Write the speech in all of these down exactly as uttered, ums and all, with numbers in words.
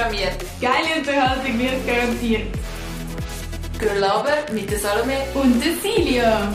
vorprogrammiert. Geile Unterhaltung wird garantiert. Girl Lover mit der Salome und der Silja.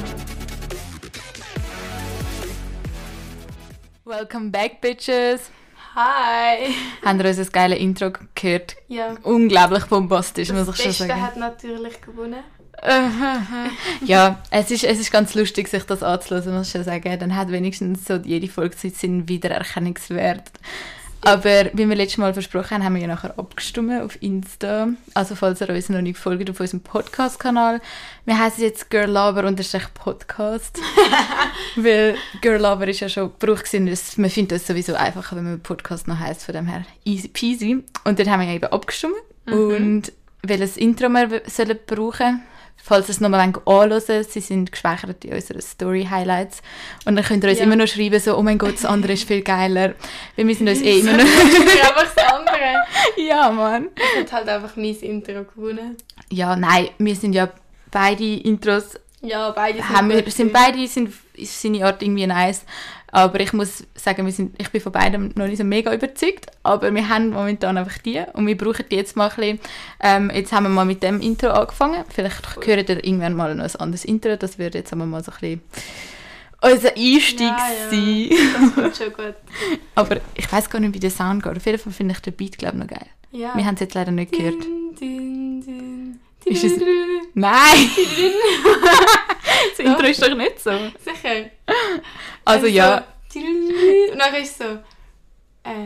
Welcome back, Bitches! Hi! Habt ihr unser geiles Intro gehört? Ja. Unglaublich bombastisch, das muss ich schon Beste sagen. hat natürlich gewonnen. Ja, es ist, es ist ganz lustig, sich das anzuhören, muss ich schon sagen. Dann hat wenigstens so jede Folge seinen Wiedererkennungswert. Aber wie wir letztes Mal versprochen haben, haben wir ja nachher abgestimmt auf Insta. Also falls ihr uns noch nicht folgt auf unserem Podcast-Kanal. Wir heißen jetzt Girl Lover unterstrich Podcast. Weil Girl Lover ist ja schon Gebrauch gewesen. Man findet es sowieso einfacher, wenn man einen Podcast noch heisst. Von dem her easy peasy. Und dort haben wir eben abgestimmt. Mhm. Und welches Intro wir sollen brauchen. Falls ihr es nochmal anhören, sie sind gespeichert in unseren Story-Highlights. Und dann könnt ihr uns ja. immer noch schreiben, so, oh mein Gott, das andere ist viel geiler. Weil wir sind uns eh immer noch... einfach das andere. Ja, Mann. Ich hätte halt einfach mein Intro gewonnen. Ja, nein, wir sind ja beide Intros... Ja, beide sind haben wir, sind beide sind ist seine Art irgendwie nice. Aber ich muss sagen, wir sind, ich bin von beidem noch nicht so mega überzeugt. Aber wir haben momentan einfach die. Und wir brauchen die jetzt mal ein bisschen. Ähm, jetzt haben wir mal mit dem Intro angefangen. Vielleicht cool. hören ihr irgendwann mal noch ein anderes Intro. Das wird jetzt aber mal so ein bisschen unser Einstieg ja, sein. Ja, das wird schon gut. Aber ich weiss gar nicht, wie der Sound geht. Auf jeden Fall finde ich den Beat, glaube ich, noch geil. Ja. Wir haben es jetzt leider nicht gehört. Din, din, din. Ist es... Nein! Das Intro ist doch nicht so. Sicher. Also, also ja. So, und dann ist es so... Äh...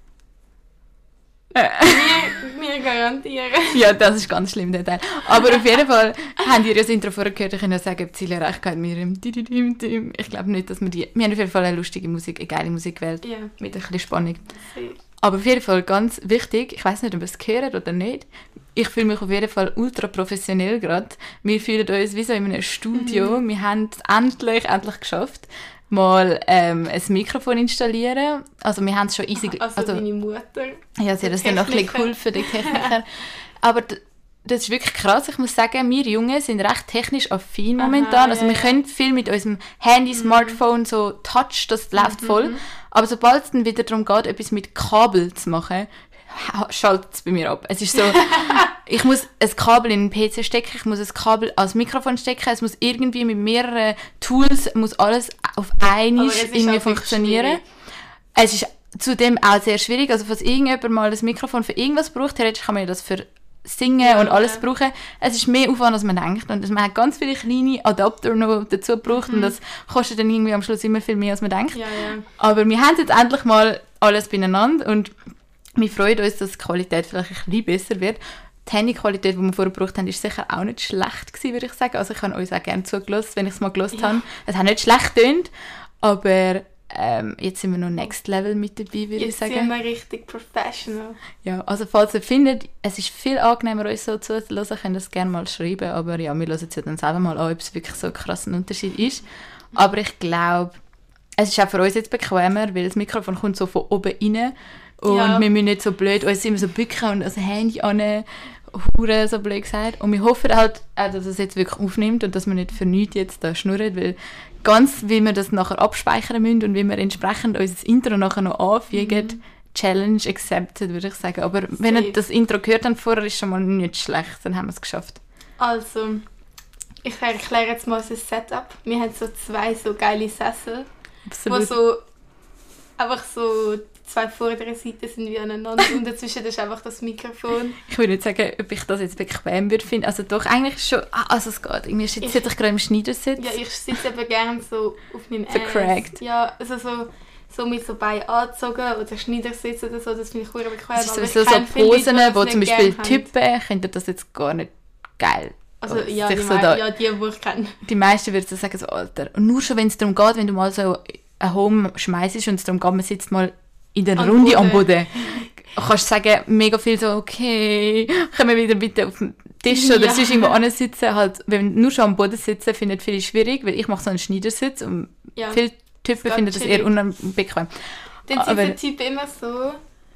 wir, wir garantieren. Ja, das ist ganz schlimm, der Teil. Aber auf jeden Fall habt ihr das Intro vorher gehört. Ich kann ja sagen, ob Silja recht hat mit ihrem Dididim. Ich glaube nicht, dass wir die... Wir haben auf jeden Fall eine lustige Musik, eine geile Musik gewählt. Ja. Mit ein bisschen Spannung. Sehr. Aber auf jeden Fall ganz wichtig, ich weiss nicht, ob ihr es gehört oder nicht, ich fühle mich auf jeden Fall ultra professionell gerade. Wir fühlen uns wie so in einem Studio. Mhm. Wir haben es endlich, endlich geschafft, mal ähm, ein Mikrofon installieren. Also wir haben es schon easy... Also, also deine Mutter. Ja, sie hat uns dann noch ein bisschen geholfen, die Techniker. Aber d- das ist wirklich krass. Ich muss sagen, wir Jungen sind recht technisch affin momentan. Aha, also wir ja. können viel mit unserem Handy, Smartphone, mhm. so Touch, das läuft mhm. voll. Aber sobald es dann wieder darum geht, etwas mit Kabel zu machen, schaltet es bei mir ab. Es ist so, ich muss ein Kabel in den P C stecken, ich muss ein Kabel als Mikrofon stecken, es muss irgendwie mit mehreren Tools, muss alles auf einmal irgendwie funktionieren. Es ist zudem auch sehr schwierig, also falls irgendjemand mal ein Mikrofon für irgendwas braucht, theoretisch kann man ja das für Singen ja, und alles ja. brauchen. Es ist mehr Aufwand, als man denkt. Und man hat ganz viele kleine Adapter noch dazu gebraucht mhm. und das kostet dann irgendwie am Schluss immer viel mehr, als man denkt. Ja, ja. Aber wir haben jetzt endlich mal alles beieinander und wir freuen uns, dass die Qualität vielleicht ein bisschen besser wird. Die Handyqualität, die wir vorher gebraucht haben, war sicher auch nicht schlecht gewesen, würde ich sagen. Also ich habe uns auch gerne zugelassen, wenn ich es mal gehört ja. habe. Es hat nicht schlecht getönt, aber ähm, jetzt sind wir noch next level mit dabei, würde ich sagen. Jetzt sind wir richtig professional. Ja, also falls ihr findet, es ist viel angenehmer, uns so zuzuhören, könnt ihr es gerne mal schreiben. Aber ja, wir hören es ja dann selber mal an, ob es wirklich so ein krasser Unterschied ist. Aber ich glaube, es ist auch für uns jetzt bequemer, weil das Mikrofon kommt so von oben rein. Und ja. wir müssen nicht so blöd uns immer so bücken und das Handy an hure so blöd gesagt. Und wir hoffen halt auch, dass es jetzt wirklich aufnimmt und dass wir nicht für nichts jetzt da schnurren, weil ganz wie wir das nachher abspeichern müssen und wie wir entsprechend unser Intro nachher noch anfügen, mhm. Challenge accepted, würde ich sagen. Aber wenn ihr das Intro gehört habt vorher, ist schon mal nicht schlecht, dann haben wir es geschafft. Also, ich erkläre jetzt mal das Setup. Wir haben so zwei so geile Sessel, Absolut. wo so einfach so zwei vordere Seiten sind wie aneinander und dazwischen ist einfach das Mikrofon. Ich würde nicht sagen, ob ich das jetzt bequem würde finden. Also doch, eigentlich schon, also es geht. Irgendwie sitze ich, ich gerade im Schneidersitz. Ja, ich sitze eben gerne so auf meinem Vercrackt. Ja, also so, so mit so Beinen angezogen oder Schneidersitz oder so, das finde ich sehr bequem. Das ist sowieso so Posen, Leute, wo zum Beispiel Typen, findet das jetzt gar nicht geil. Also ja die, so mei- da, ja, die, die ich kenne. Die meisten würden so sagen, so Alter. Und nur schon, wenn es darum geht, wenn du mal so ein Home schmeißt und es darum geht, man sitzt mal in der am Runde Boden. am Boden, kannst du sagen, mega viel so, okay, können wir wieder bitte auf dem Tisch oder ja. sonst irgendwo ansitzen. Halt, wenn wir nur schon am Boden sitzen, findet viele schwierig, weil ich mache so einen Schneidersitz und ja. viele Typen finden das eher unbequem. Dann sind die Typen immer so,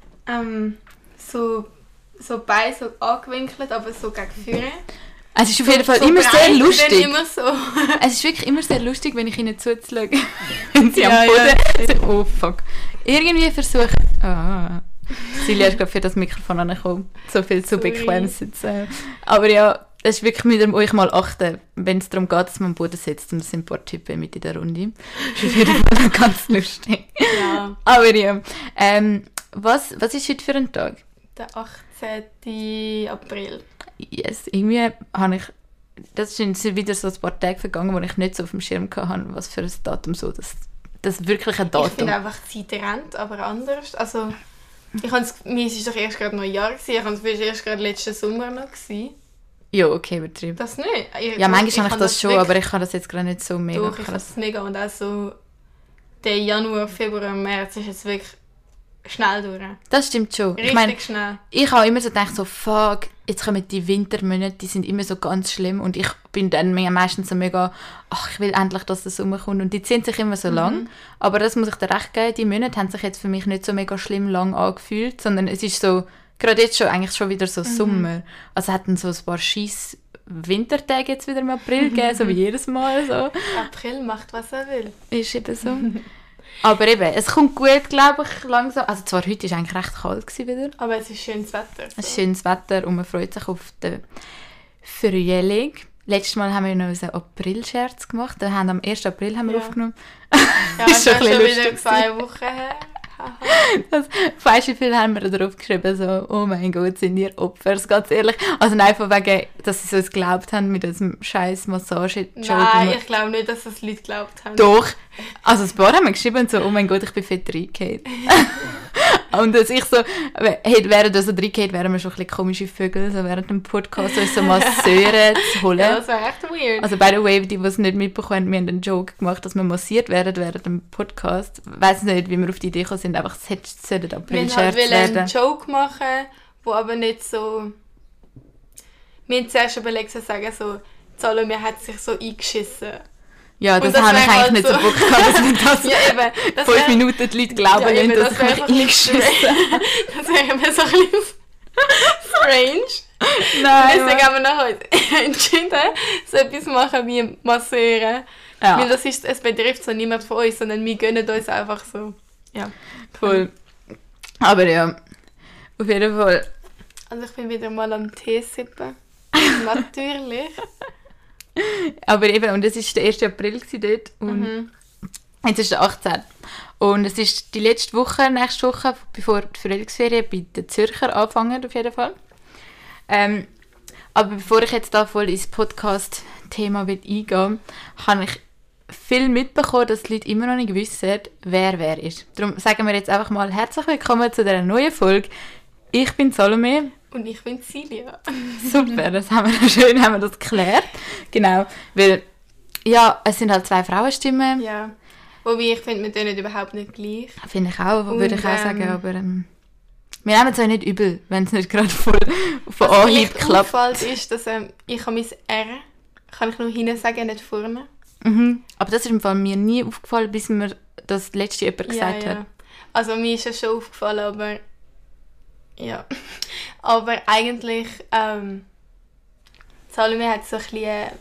ähm, so, so Beine so angewinkelt, aber so gegen vorne. Es ist auf so, jeden Fall so immer sehr lustig. Immer so. Es ist wirklich immer sehr lustig, wenn ich ihnen zuzuschaue, wenn sie ja, am Boden ja. sind. Oh fuck. Irgendwie versuchen... Ah. Silja ist gerade für das Mikrofon angekommen. So viel zu Sorry. bequem sitzen. Aber ja, es ist wirklich mit euch mal achten, wenn es darum geht, dass man am Boden sitzt und es sind ein paar Typen mit in der Runde. Das ist auf jeden Fall ganz lustig. Ja. Aber ja, ähm, was, was ist heute für ein Tag? Der achtzehnten April. Yes, irgendwie habe ich, das sind wieder so ein paar Tage vergangen, wo ich nicht so auf dem Schirm hatte, was für ein Datum so, das, das wirklich ein Datum. Ich finde einfach, die Zeit rennt, aber anders. Also, ich habe mir ist es doch erst gerade Neujahr gewesen. Ich habe es erst gerade letzten Sommer noch gewesen. Ja, okay, übertrieben. Das nicht. Ich, Ja, manchmal habe ich das schon, wirklich- aber ich kann das jetzt gerade nicht so mega Doch, ich habe krass. es mega. Und auch so der Januar, Februar, März ist jetzt wirklich schnell durch. Das stimmt schon. Richtig Ich meine, schnell. ich habe immer so gedacht, so, fuck, jetzt kommen die Wintermonate, die sind immer so ganz schlimm und ich bin dann me- meistens so mega, ach, ich will endlich, dass der Sommer kommt und die ziehen sich immer so lang, aber das muss ich dir recht geben, die Monate haben sich jetzt für mich nicht so mega schlimm lang angefühlt, sondern es ist so, gerade jetzt schon, eigentlich schon wieder so Sommer. Also hatten so ein paar scheiß Wintertage jetzt wieder im April gegeben, so wie jedes Mal so. April macht, was er will. Ist eben so. Aber eben, es kommt gut, glaube ich, langsam. Also zwar heute war es eigentlich recht kalt gewesen wieder. Aber es ist schönes Wetter. Es ist schönes Wetter und man freut sich auf den Frühling. Letztes Mal haben wir noch einen April-Scherz gemacht. Da haben am ersten April haben wir Ja. aufgenommen. Ja, ist das schon ist ein schon bisschen wieder lustig zwei Wochen her. Haha. Das feiste viel haben wir darauf geschrieben, so, oh mein Gott, sind ihr Opfer, ganz ehrlich. Also nein, von wegen, dass sie es uns geglaubt haben mit diesem scheiß Massage-Joke. Nein, ich glaube nicht, dass das Leute geglaubt haben. Doch. Also ein paar haben mir geschrieben, so, oh mein Gott, ich bin fett reingehauen. Und dass ich so, hey, während wir so reingehauen, wären wir schon ein bisschen komische Vögel, so während dem Podcast uns so Masseure zu holen. Ja, das wäre echt weird. Also by the way, die, die es nicht mitbekommen, wir haben einen Joke gemacht, dass wir massiert werden während dem Podcast. Ich weiss nicht, wie wir auf die Idee gekommen sind, einfach es hätte- es sollte wir April-Scherz wollten halt werden. einen Joke machen, der aber nicht so... Wir haben zuerst überlegt zu sagen, so, Salome hat sich so eingeschissen. Ja, das, Und das habe ich wäre eigentlich halt nicht so so- Bock gehabt, dass wir das Ja, eben. Das fünf wär- Minuten die Leute glauben Ja, eben, lassen, dass das ich wäre mich einfach ein bisschen eingeschissen habe. Das wäre mir so ein bisschen strange. Nein, Deswegen Mann. haben wir nachher uns entschieden, so etwas zu machen wie massieren. Ja. Weil das ist, es betrifft so niemand von uns, sondern wir gönnen uns einfach so. Ja. Voll. Aber ja, auf jeden Fall. Also ich bin wieder mal am Tee sippen. Natürlich. Aber eben, und es war der erste April gewesen dort und Mhm. jetzt ist der achtzehnte Und es ist die letzte Woche, nächste Woche, bevor die Frühlingsferien bei den Zürcher anfangen, auf jeden Fall. Ähm, aber bevor ich jetzt da voll ins Podcast-Thema eingehe, habe ich viel mitbekommen, dass die Leute immer noch nicht wissen, wer wer ist. Darum sagen wir jetzt einfach mal herzlich willkommen zu dieser neuen Folge. Ich bin Salome. Und ich bin Silja. Super, das haben wir schön, haben wir das geklärt. Genau, weil ja, es sind halt zwei Frauenstimmen. Ja. Wobei ich finde, wir tun überhaupt nicht gleich. Finde ich auch, würde ich auch Und, sagen, ähm, aber ähm, wir nehmen es auch nicht übel, wenn es nicht gerade voll von Was mir Anhieb echt klappt. auffällt, ist, dass ähm, ich habe mein R, kann ich nur hinten sagen, nicht vorne. Mhm. Aber das ist im Fall mir nie aufgefallen, bis mir das letzte jemand gesagt ja, hat. ja. Also mir ist es schon aufgefallen, aber ja. Aber eigentlich, ähm, Salome hat so ein bisschen...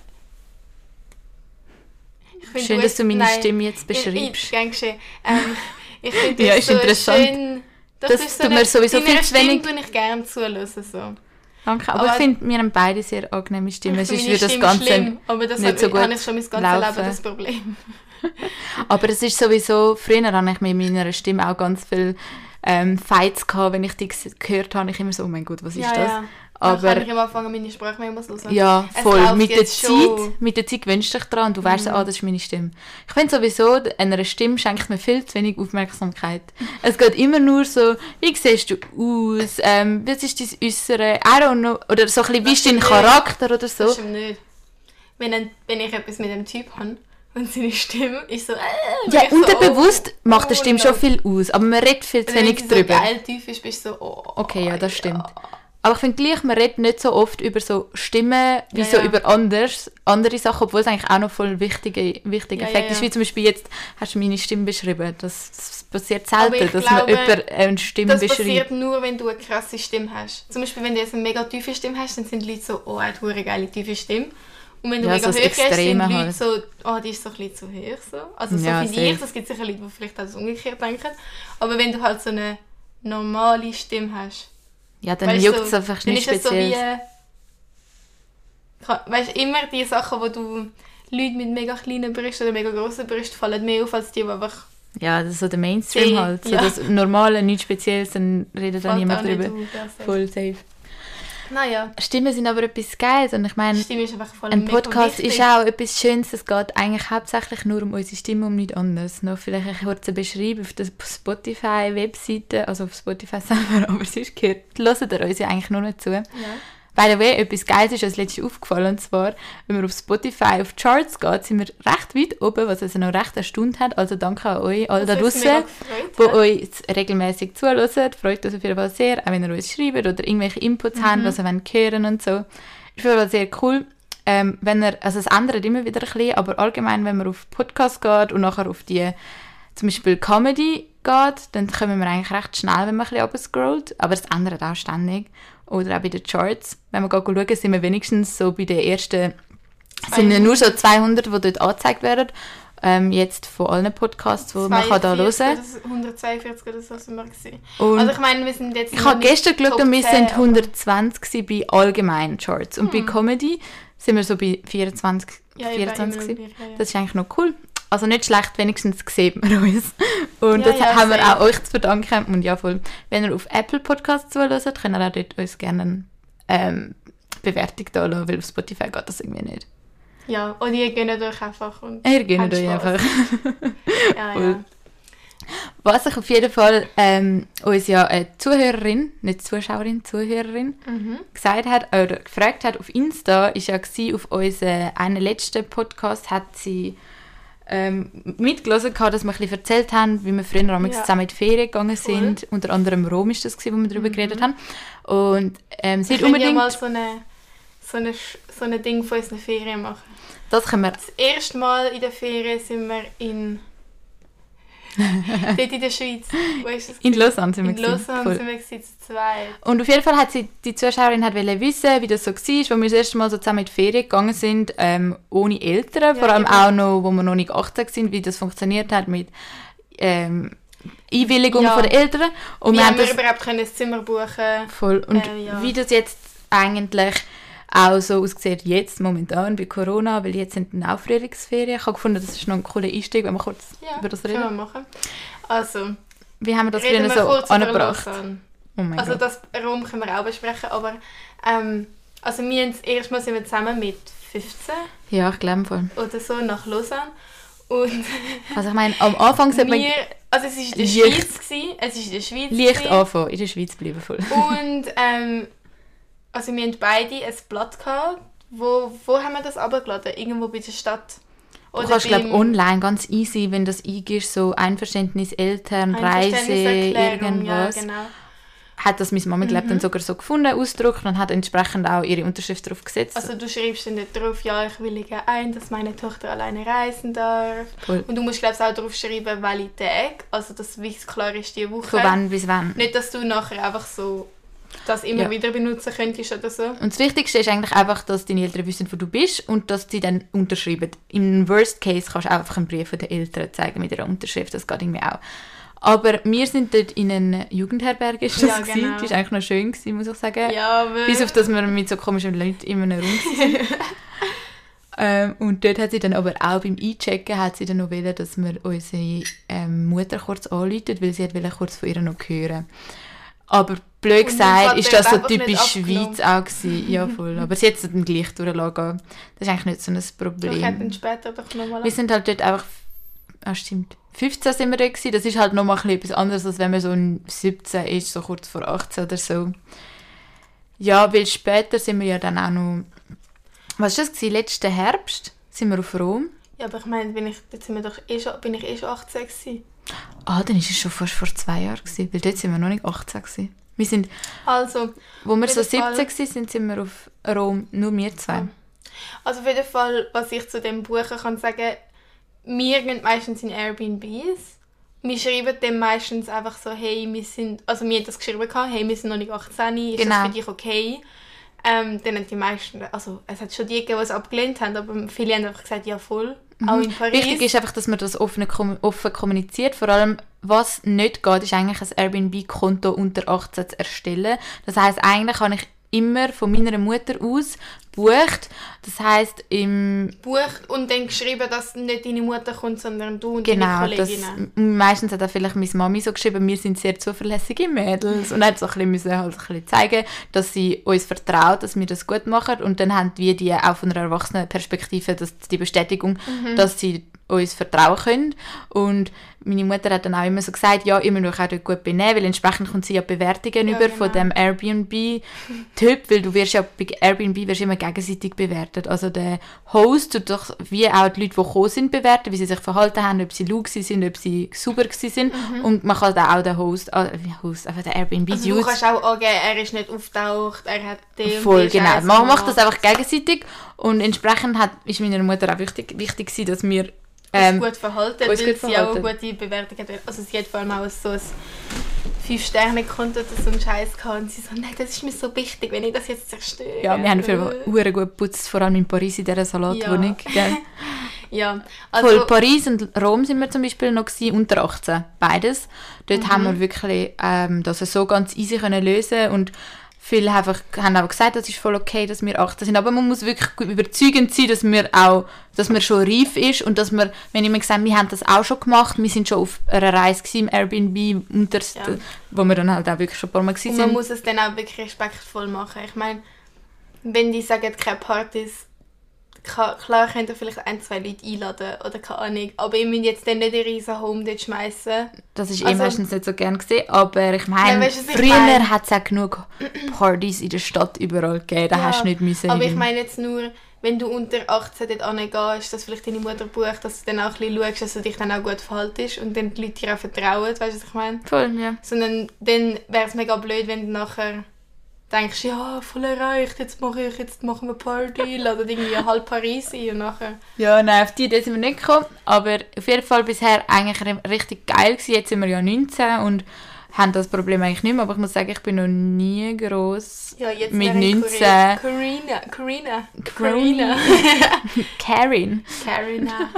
Ich find, Schön, dass du meine nein, Stimme jetzt Ich, ich, beschreibst. gern geschehen. Ähm, ich finde Ja, das ist so interessant. schön... Doch, Das du bist tut mir sowieso deiner viel zu wenig- Stimme tue ich gerne zuhören. So. Danke, aber, Aber- ich finde, wir haben beide sehr angenehme Stimmen. Es Ich ist finde für das meine Stimme Ganze... schlimm, aber das nicht habe, so gut habe ich schon mein ganzes laufen. Leben das Problem. Aber es ist sowieso... Früher hatte ich mit meiner Stimme auch ganz viel ähm, Fights gehabt. Wenn ich die ges- gehört habe, ich immer so, oh mein Gott, was ist ja, das? ja. Dann Aber kann ich immer anfangen, meine Sprachmemos zu hören. ja, Es voll. läuft Mit der, jetzt schon. Zeit, mit der Zeit gewöhnst du dich dran und du weißt, Mhm. ah, das ist meine Stimme. Ich finde sowieso, einer Stimme schenkt mir viel zu wenig Aufmerksamkeit. Es geht immer nur so, wie siehst du aus, ähm, was ist dein Äußere, I don't know, oder so ein bisschen, wie ist dein stimmt Charakter oder Das so. stimmt nicht. Wenn, ein, wenn ich etwas mit dem Typ habe und seine Stimme ist so... Äh, Ja, bin ich so, unterbewusst oh, macht die oh, Stimme nein. schon viel aus, aber man redet viel zu Wenn wenig sie so drüber. geil tief ist, bist du so... Oh, Okay, ja, das stimmt. ja. Aber ich finde gleich, man redet nicht so oft über so Stimmen, wie Ja, so ja. über anders, andere Sachen, obwohl es eigentlich auch noch voll wichtige, wichtiger Ja, Effekt ja, ist. ja. Wie zum Beispiel jetzt hast du meine Stimme beschrieben. Das, das passiert Aber selten, ich dass glaube, man jemand eine Stimme Das beschreibt. passiert nur, wenn du eine krasse Stimme hast. Zum Beispiel, wenn du jetzt eine mega tiefe Stimme hast, dann sind die Leute so, oh, er hat eine geile tiefe Stimme. Und wenn du Ja, mega so hoch das hast, sind die Extreme Leute halt. so, oh, die ist so ein bisschen zu hoch. So. Also so Ja, finde safe. ich, das gibt sicher Leute, die vielleicht auch das umgekehrt denken. Aber wenn du halt so eine normale Stimme hast. Ja, dann juckt es so, einfach nicht speziell. So weißt du, immer die Sachen, wo du Leute mit mega kleinen Brüsten oder mega grossen Brüsten fallen mehr auf, als die, die einfach... Ja, das ist so der Mainstream die, halt. So ja. das Normale, nichts Spezielles, dann redet dann niemand drüber. Auf, voll safe. Naja. Stimmen sind aber etwas Geiles und ich meine, Stimme ist einfach voll ein Podcast wichtig. ist auch etwas Schönes. Es geht eigentlich hauptsächlich nur um unsere Stimme, um nichts anderes. Noch vielleicht ein kurzer Beschreibung auf der Spotify-Webseite, also auf Spotify selber, aber sonst gehört, hört ihr uns ja eigentlich nur nicht zu. Ja. By the way, etwas Geiles ist uns letztens aufgefallen, und zwar, wenn man auf Spotify auf Charts geht, sind wir recht weit oben, was uns noch recht erstaunt hat. Also danke an euch, alle da draussen, die euch regelmäßig zuhören. Freut uns auf jeden Fall sehr, auch wenn ihr uns schreibt oder irgendwelche Inputs mhm. habt, was ihr wollt hören und so. Ist auf jeden Fall sehr cool. Ähm, wenn ihr, also es ändert immer wieder ein bisschen, aber allgemein, wenn man auf Podcasts geht und nachher auf die, zum Beispiel Comedy geht, dann kommen wir eigentlich recht schnell, wenn man ein bisschen runterscrollt. Aber es ändert auch ständig. Oder auch bei den Charts. Wenn wir schauen, sind wir wenigstens so bei den ersten, es sind ja nur so zweihundert, die dort angezeigt werden. Ähm, jetzt von allen Podcasts, die man da hören kann. hundertzweiundvierzig oder so sind wir gesehen. Und also ich meine, wir sind jetzt ich habe gestern geschaut und wir zehn, sind hundertzwanzig bei allgemeinen Charts. Und hm. bei Comedy sind wir so bei vierundzwanzig. Ja, vierundzwanzig gleich, ja. Das ist eigentlich noch cool. Also nicht schlecht, wenigstens sieht man uns. Und ja, das ja, haben wir sehr. auch euch zu verdanken. Und ja, voll. Wenn ihr auf Apple Podcasts zuhört, könnt ihr auch dort uns gerne eine ähm, Bewertung da lassen, weil auf Spotify geht das irgendwie nicht. Ja, und ihr gönnt euch einfach. Und ihr gönnt euch einfach. ja, cool. ja. Was ich auf jeden Fall ähm, uns ja eine Zuhörerin, nicht Zuschauerin, Zuhörerin, mhm. gesagt hat, oder gefragt hat auf Insta, ist ja gewesen, auf unseren einen letzten Podcast hat sie ähm, mitgelesen, dass wir ein bisschen erzählt haben, wie wir früher ja. zusammen in die Ferien gegangen sind. Cool. Unter anderem Rom ist das gewesen, wo wir darüber mhm. geredet haben. Und ähm, sie wir hat unbedingt... ja mal so eine, so eine so eine Ding von unseren Ferien machen. Das können wir. Das erste Mal in der Ferien sind wir in... dort in der Schweiz. Wo ist das? In Lausanne sind wir. In Lausanne sind wir zu zweit. Und auf jeden Fall hat sie, die Zuschauerin hat wissen, wie das so war, wo wir das erste Mal so zusammen in die Ferien gegangen sind, ähm, ohne Eltern, ja, vor allem genau. auch noch, wo wir noch nicht achtzehn sind, wie das funktioniert hat mit ähm, Einwilligung ja. von den Eltern. Und wie wir haben wir das, überhaupt können das Zimmer buchen. Voll. Und äh, ja. wie das jetzt eigentlich auch so aussieht jetzt momentan bei Corona, weil jetzt sind dann auch Frühlingsferien. Ich habe gefunden, das ist noch ein cooler Einstieg, wenn wir kurz ja, über das reden. Ja, können wir machen. Also, wie haben wir das früher so angebracht? Oh mein also Gott. Das Rom können wir auch besprechen, aber ähm, also wir haben das erste Mal sind wir zusammen mit fünfzehn ja, ich glaube voll. oder so nach Lausanne. Und also ich meine, am Anfang sollte man... Also es war in der Schweiz. Gewesen, es ist in der Schweiz. Leicht anfangen, in der Schweiz bleiben voll. Und ähm, also wir hatten beide ein Blatt gehabt. Wo, wo haben wir das runtergeladen? Irgendwo bei der Stadt? Oder du kannst, glaube online ganz easy, wenn du das eingibst, so Einverständnis Eltern, Reise, irgendwas. Ja, genau. Hat das meine Mama, mhm. glaube dann sogar so gefunden, ausgedruckt und hat entsprechend auch ihre Unterschrift darauf gesetzt. Also du schreibst dann nicht drauf, ja, ich willige ein, dass meine Tochter alleine reisen darf. Cool. Und du musst, glaube ich, auch drauf schreiben, welche Tage, also dass es klar ist, die Woche. Von wann bis wann. Nicht, dass du nachher einfach so das immer ja. wieder benutzen könntest oder so. Und das Wichtigste ist eigentlich einfach, dass deine Eltern wissen, wo du bist und dass sie dann unterschreiben. Im Worst Case kannst du einfach einen Brief von den Eltern zeigen mit ihrer Unterschrift, das geht irgendwie auch. Aber wir sind dort in einer Jugendherberge, ist das ja, genau. Die war eigentlich noch schön, gewesen, muss ich sagen. Ja, aber... Bis auf, dass wir mit so komischen Leuten in einem Raum sind. ähm, und dort hat sie dann aber auch beim Einchecken hat sie dann noch wollen, dass wir unsere ähm, Mutter kurz anrufen, weil sie hat kurz von ihr noch hören. Aber blöd gesagt, ist das so typisch Schweiz auch gewesen. Ja, voll. Aber sie hat es dann gleich durchlassen. Das ist eigentlich nicht so ein Problem. Ich hätte dann später doch nochmal... Wir sind halt dort einfach... Ah, stimmt. fünfzehn sind wir da gewesen. Das ist halt nochmal etwas anderes, als wenn man so ein siebzehn ist, so kurz vor achtzehn oder so. Ja, weil später sind wir ja dann auch noch... Was war das gewesen? Letzten Herbst sind wir auf Rom. Ja, aber ich meine, bin ich, jetzt sind wir doch eh schon, bin ich eh schon achtzehn gewesen. Ah, dann war es schon fast vor zwei Jahren gewesen, weil dort sind wir noch nicht achtzehn gewesen. Wir sind... Also... Wo wir so siebzehn waren, sind wir auf Rom, nur wir zwei. Also auf jeden Fall, was ich zu dem Buchen kann sagen, wir gehen meistens in Airbnbs. Wir schreiben dem meistens einfach so, hey, wir sind... Also wir haben das geschrieben, hey, wir sind noch nicht achtzehn, ist genau. Das für dich okay? Ähm, dann haben die meisten... Also es hat schon die gegeben, die es abgelehnt haben, aber viele haben einfach gesagt, ja voll. Mhm. Auch in Paris. Wichtig ist einfach, dass man das offen, offen kommuniziert, vor allem, was nicht geht, ist eigentlich ein Airbnb-Konto unter achtzehn zu erstellen. Das heisst, eigentlich habe ich immer von meiner Mutter aus gebucht. Das heisst, im... Bucht und dann geschrieben, dass nicht deine Mutter kommt, sondern du und genau, deine Kolleginnen. Genau. Meistens hat auch vielleicht meine Mami so geschrieben, wir sind sehr zuverlässige Mädels. Und hat so ein bisschen, halt ein bisschen zeigen, dass sie uns vertraut, dass wir das gut machen. Und dann haben wir die auch von einer erwachsenen Perspektive dass die Bestätigung, mhm. dass sie uns vertrauen können. Und meine Mutter hat dann auch immer so gesagt, ja, immer noch auch dort gut benehmen, weil entsprechend kommt sie ja Bewertungen ja, über genau. von dem Airbnb-Typ, weil du wirst ja bei Airbnb wirst immer gegenseitig bewertet. Also der Host tut doch wie auch die Leute, die gekommen sind, bewerten, wie sie sich verhalten haben, ob sie laut sind, ob sie sauber sind. Mhm. Und man kann auch den Host, äh, Host einfach den Airbnb also du kannst auch angeben, er ist nicht auftaucht, er hat den voll, genau. Man macht das einfach gegenseitig und entsprechend hat, ist meiner Mutter auch wichtig, wichtig gewesen, dass wir Ähm, gut verhalten, weil gut sie auch eine gute Bewertung hat. Also sie hat vor allem auch so ein fünf Sterne Konto oder so einen Scheiß gehabt und sie so, nein, das ist mir so wichtig, wenn ich das jetzt zerstöre. Ja, wir haben viel sehr gut geputzt, vor allem in Paris in dieser Salatwohnung. Ja. ja, also voll, Paris und Rom sind wir zum Beispiel noch gewesen, unter achtzehn, beides. Dort mhm. haben wir wirklich ähm, das so ganz easy können lösen und viele haben einfach, haben auch gesagt, das ist voll okay, dass wir achtzehn sind, aber man muss wirklich überzeugend sein, dass wir auch, dass man schon reif ist und dass wir, wenn ich mir gesagt wir haben das auch schon gemacht, wir sind schon auf einer Reise gewesen, im Airbnb, unterst, ja. wo wir dann halt auch wirklich schon ein paar Mal gewesen sind. Und man muss es dann auch wirklich respektvoll machen. Ich meine, wenn die sagen, keine Partys, klar könnt ihr vielleicht ein, zwei Leute einladen oder keine Ahnung, aber ihr müsst jetzt dann nicht eine riesen Home dort schmeißen. Das ist also, eh meistens nicht so gern gesehen, aber ich meine, ja, früher hat es auch genug Partys in der Stadt überall gegeben, da ja, hast du nicht müssen. Aber hin. Ich meine jetzt nur, wenn du unter achtzehn dort hingehst, dass vielleicht deine Mutter bucht, dass du dann auch ein bisschen schaust, dass du dich dann auch gut verhaltest und dann die Leute dir auch vertrauen, weißt du, was ich meine? Voll, ja. Sondern dann wäre es mega blöd, wenn du nachher denkst, ja, voll erreicht, jetzt mache ich, jetzt machen wir Party, laden irgendwie halb Paris ein und nachher... Ja, nein, auf die Idee sind wir nicht gekommen, aber auf jeden Fall bisher eigentlich richtig geil gewesen. Jetzt sind wir ja neunzehn und haben das Problem eigentlich nicht mehr, aber ich muss sagen, ich bin noch nie gross ja, jetzt mit neunzehn... Carina, Carina, Carina, Karin. Carina.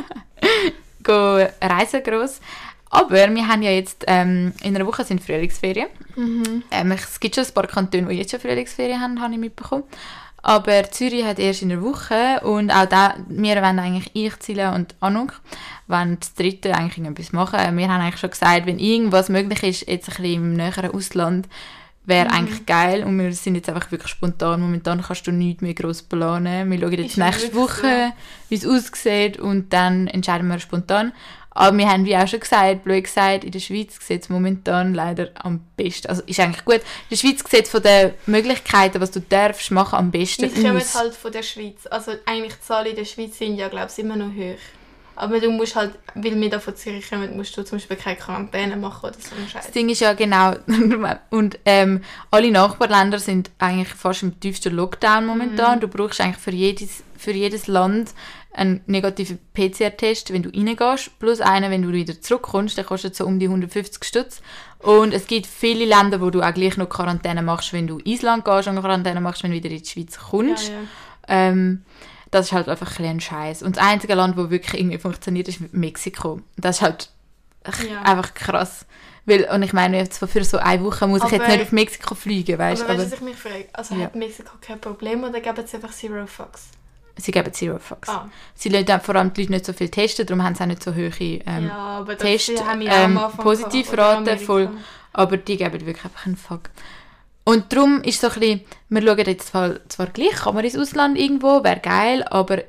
Go reisen gross. Aber wir haben ja jetzt, ähm, in einer Woche sind Frühlingsferien. Mhm. Ähm, es gibt schon ein paar Kantone, die jetzt schon Frühlingsferien haben, habe ich mitbekommen. Aber Zürich hat erst in einer Woche und auch da, wir wollen eigentlich, ich, Zila und Anuk, wollen das dritte eigentlich irgendetwas machen. Wir haben eigentlich schon gesagt, wenn irgendwas möglich ist, jetzt ein bisschen im näheren Ausland, wäre mhm. eigentlich geil. Und wir sind jetzt einfach wirklich spontan. Momentan kannst du nichts mehr gross planen. Wir schauen jetzt nächste Woche, wie es aussieht und dann entscheiden wir spontan. Aber wir haben, wie auch schon gesagt, blöd gesagt, in der Schweiz sieht es momentan leider am besten. Also ist eigentlich gut. In der Schweiz sieht es von den Möglichkeiten, was du darfst machen, am besten aus. Wir kommen halt von der Schweiz. Also eigentlich die Zahlen in der Schweiz sind ja, glaube ich, immer noch hoch. Aber du musst halt, weil wir da von Zürich kommen, musst du zum Beispiel keine Quarantäne machen oder so einen Scheiß. Das Ding ist ja genau, und ähm, alle Nachbarländer sind eigentlich fast im tiefsten Lockdown momentan. Mhm. Du brauchst eigentlich für jedes, für jedes Land einen negativen P C R-Test, wenn du reingehst, plus einen, wenn du wieder zurückkommst, der kostet so um die hundertfünfzig Stutz. Und es gibt viele Länder, wo du auch gleich noch Quarantäne machst, wenn du ins Land gehst und Quarantäne machst, wenn du wieder in die Schweiz kommst. Ja, ja. Ähm, das ist halt einfach ein, ein Scheiß. Und das einzige Land, das wirklich irgendwie funktioniert, ist Mexiko. Das ist halt ja. einfach krass. Weil, und ich meine, jetzt für so eine Woche muss aber, ich jetzt nicht auf Mexiko fliegen, weißt du? Aber weißt du, was ich mich frage? Also ja. hat Mexiko kein Problem oder geben sie einfach Zero Fucks? Sie geben Zero Fucks. Ah. Sie lassen vor allem die Leute nicht so viel testen, darum haben sie auch nicht so hohe ähm, ja, aber das Test, haben wir ähm, auch Positivraten, voll, aber die geben wirklich einfach einen Fuck. Und darum ist so ein bisschen, wir schauen jetzt zwar, zwar gleich, kann man ins Ausland irgendwo, wäre geil, aber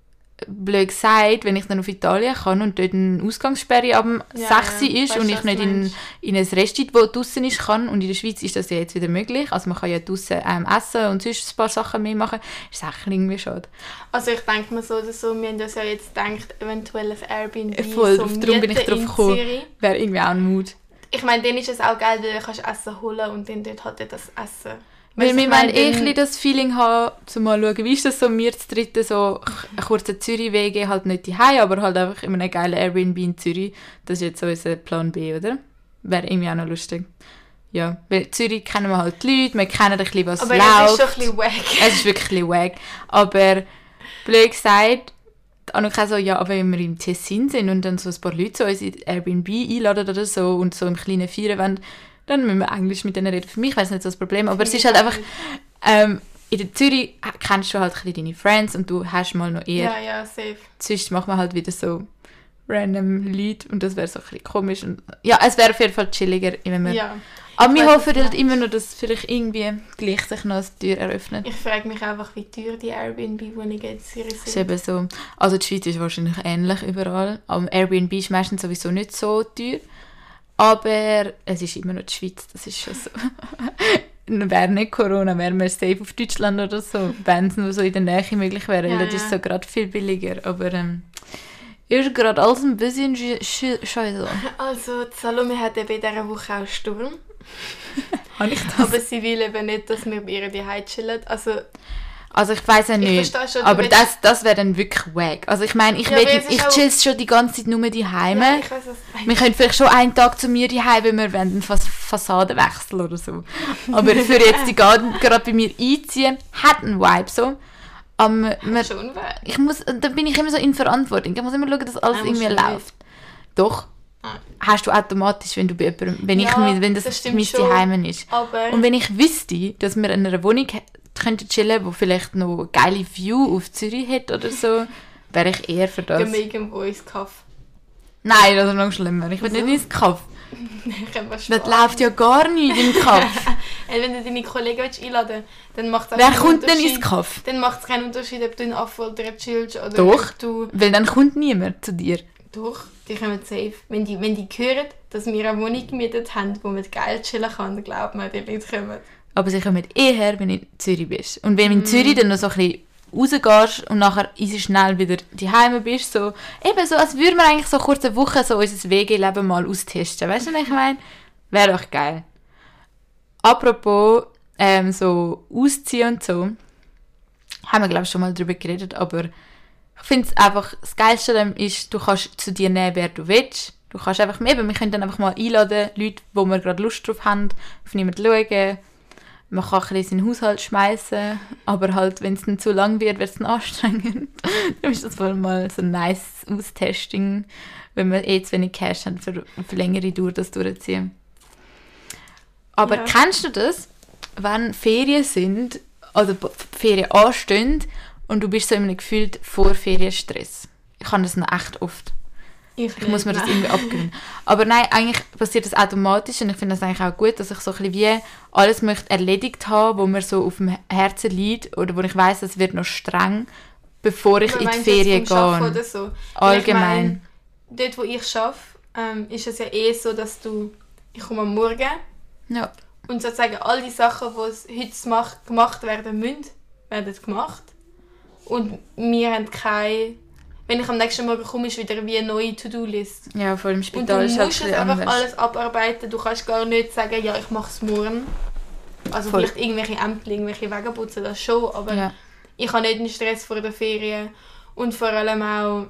blöd gesagt, wenn ich dann auf Italien kann und dort eine Ausgangssperre ab ja, sechs ja, ist und ich nicht in, in ein Restaurant, das draussen ist, kann, und in der Schweiz ist das ja jetzt wieder möglich, also man kann ja draussen ähm, essen und sonst ein paar Sachen mehr machen, ist das irgendwie schade. Also ich denke mir so oder so, wir haben das ja jetzt gedacht, eventuell ein Airbnb, voll, so darum bin ich drauf gekommen, wäre irgendwie auch ein Mut. Ich meine, dann ist es auch geil, weil du kannst Essen holen und dann dort halt das Essen. Weil wir wollen eh das Feeling haben, um mal schauen, wie ist das so, wir zu dritten so einen kurzen Zürich-Wege, halt nicht daheim, aber halt einfach in einem geilen Airbnb in Zürich. Das ist jetzt so unser Plan B, oder? Wäre irgendwie auch noch lustig. Ja, weil in Zürich kennen wir halt die Leute, wir kennen ein bisschen, was aber läuft. Aber es ist schon ein bisschen wack. Es ist wirklich ein bisschen wack. Aber blöd gesagt, Annika so, ja, aber wenn wir im Tessin sind und dann so ein paar Leute so uns in Airbnb einladen oder so und so im kleinen Feiern wollen, dann müssen wir Englisch mit denen reden. Für mich wäre es nicht so das Problem, aber es ist halt einfach, ähm, in der Zürich kennst du halt ein bisschen deine Friends und du hast mal noch eher. Ja, ja, safe. Sonst machen wir halt wieder so random Leute und das wäre so ein bisschen komisch. Und, ja, es wäre auf jeden Fall chilliger, wenn wir... Ja. Aber wir hoffen halt immer noch, dass vielleicht irgendwie gleich sich noch eine Tür eröffnet. Ich frage mich einfach, wie teuer die Airbnb-Wohnungen in Zürich sind. Das ist eben so. Also die Schweiz ist wahrscheinlich ähnlich überall. Aber Airbnb ist meistens sowieso nicht so teuer. Aber es ist immer noch die Schweiz, das ist schon so. Wäre nicht Corona, wären wir safe auf Deutschland oder so, wenn es nur so in der Nähe möglich wäre. Ja, das ja. ist so gerade viel billiger. Aber ähm, ist gerade alles ein bisschen scheiße. Also Salome hat eben in dieser Woche auch Sturm. Habe ich das? Aber sie will eben nicht, dass wir bei ihr daheim chillen. Also, also ich weiss ja nicht, schon, aber das, das wäre dann wirklich wack. Also ich meine, ich, ja, ich chill schon die ganze Zeit nur daheim. Ja, ich weiss, was wir können vielleicht schon einen Tag zu mir daheim, wenn wir wollen, Fass- Fassadenwechsel oder so. Aber für jetzt die Garten gerade bei mir einziehen, hat einen Vibe so. Um, man, schon ich muss, da bin ich immer so in Verantwortung. Ich muss immer schauen, dass alles Nein, irgendwie läuft. Doch. Ah. Hast du automatisch, wenn du bei jemandem, wenn, ja, ich, wenn das, das mein Zuhause ist. Aber und wenn ich wüsste, dass wir in einer Wohnung könnten chillen, die vielleicht noch eine geile View auf Zürich hat oder so, wäre ich eher für das. Gehen wir irgendwo ins Kaff? Nein, das ist noch schlimmer. Ich will also? nicht ins Kaff. Das läuft ja gar nicht im Kaff. Wenn du deine Kollegen einladen willst, dann macht es Wer kommt denn ins Kaff? Dann macht es keinen Unterschied, ob du in Affolter chillst oder Doch, ob du... weil dann kommt niemand zu dir. Doch, die kommen safe. Wenn die, wenn die hören, dass wir eine Wohnung gemietet haben, wo man geil chillen kann, dann glaubt man, die Leute kommen. Aber sie kommen eher, wenn du in Zürich bist. Und wenn du in Zürich dann noch so ein bisschen rausgehst und nachher easy schnell wieder daheim bist, so, eben so, als würden wir eigentlich so kurz eine Woche so unser W G-Leben mal austesten. Weißt du, was ich meine? Wäre doch geil. Apropos ähm, so ausziehen und so, haben wir glaube ich schon mal darüber geredet, aber ich finde es einfach, das Geilste daran ist, du kannst zu dir nehmen, wer du willst. Du kannst einfach, eben, wir können dann einfach mal einladen, Leute, wo wir gerade Lust drauf haben, auf niemanden schauen. Man kann ein bisschen in den Haushalt schmeißen, aber halt, wenn es dann zu lang wird, wird es dann anstrengend. Dann ist das wohl mal so ein nice Austesting, wenn wir eh zu wenig Cash haben, für, für längere Dauer das durchziehen. Aber ja. Kennst du das, wenn Ferien sind, oder Ferien anstehen und du bist so in einem gefühlt Vorferienstress? Ich habe das noch echt oft. Ich, ich muss mir das irgendwie abgewöhnen. Aber nein, eigentlich passiert das automatisch und ich finde das eigentlich auch gut, dass ich so ein bisschen wie alles möchte erledigt haben, wo mir so auf dem Herzen liegt oder wo ich weiss, es wird noch streng, bevor ich in die Ferien gehe. Oder so? Allgemein. Ich meine, dort, wo ich arbeite, ähm, ist es ja eh so, dass du, ich komme am Morgen ja. und sozusagen all die Sachen, die heute macht, gemacht werden müssen, werden gemacht. Und wir haben keine... Wenn ich am nächsten Morgen komme, ist wieder wie eine neue To-Do-List. Ja, vor dem Spital ist halt halt du musst es einfach anders. Alles abarbeiten. Du kannst gar nicht sagen, ja, ich mache es morgen. Also voll. Vielleicht irgendwelche Ämter, irgendwelche Wege putzen, das schon. Aber ja. Ich habe nicht den Stress vor der Ferien. Und vor allem auch,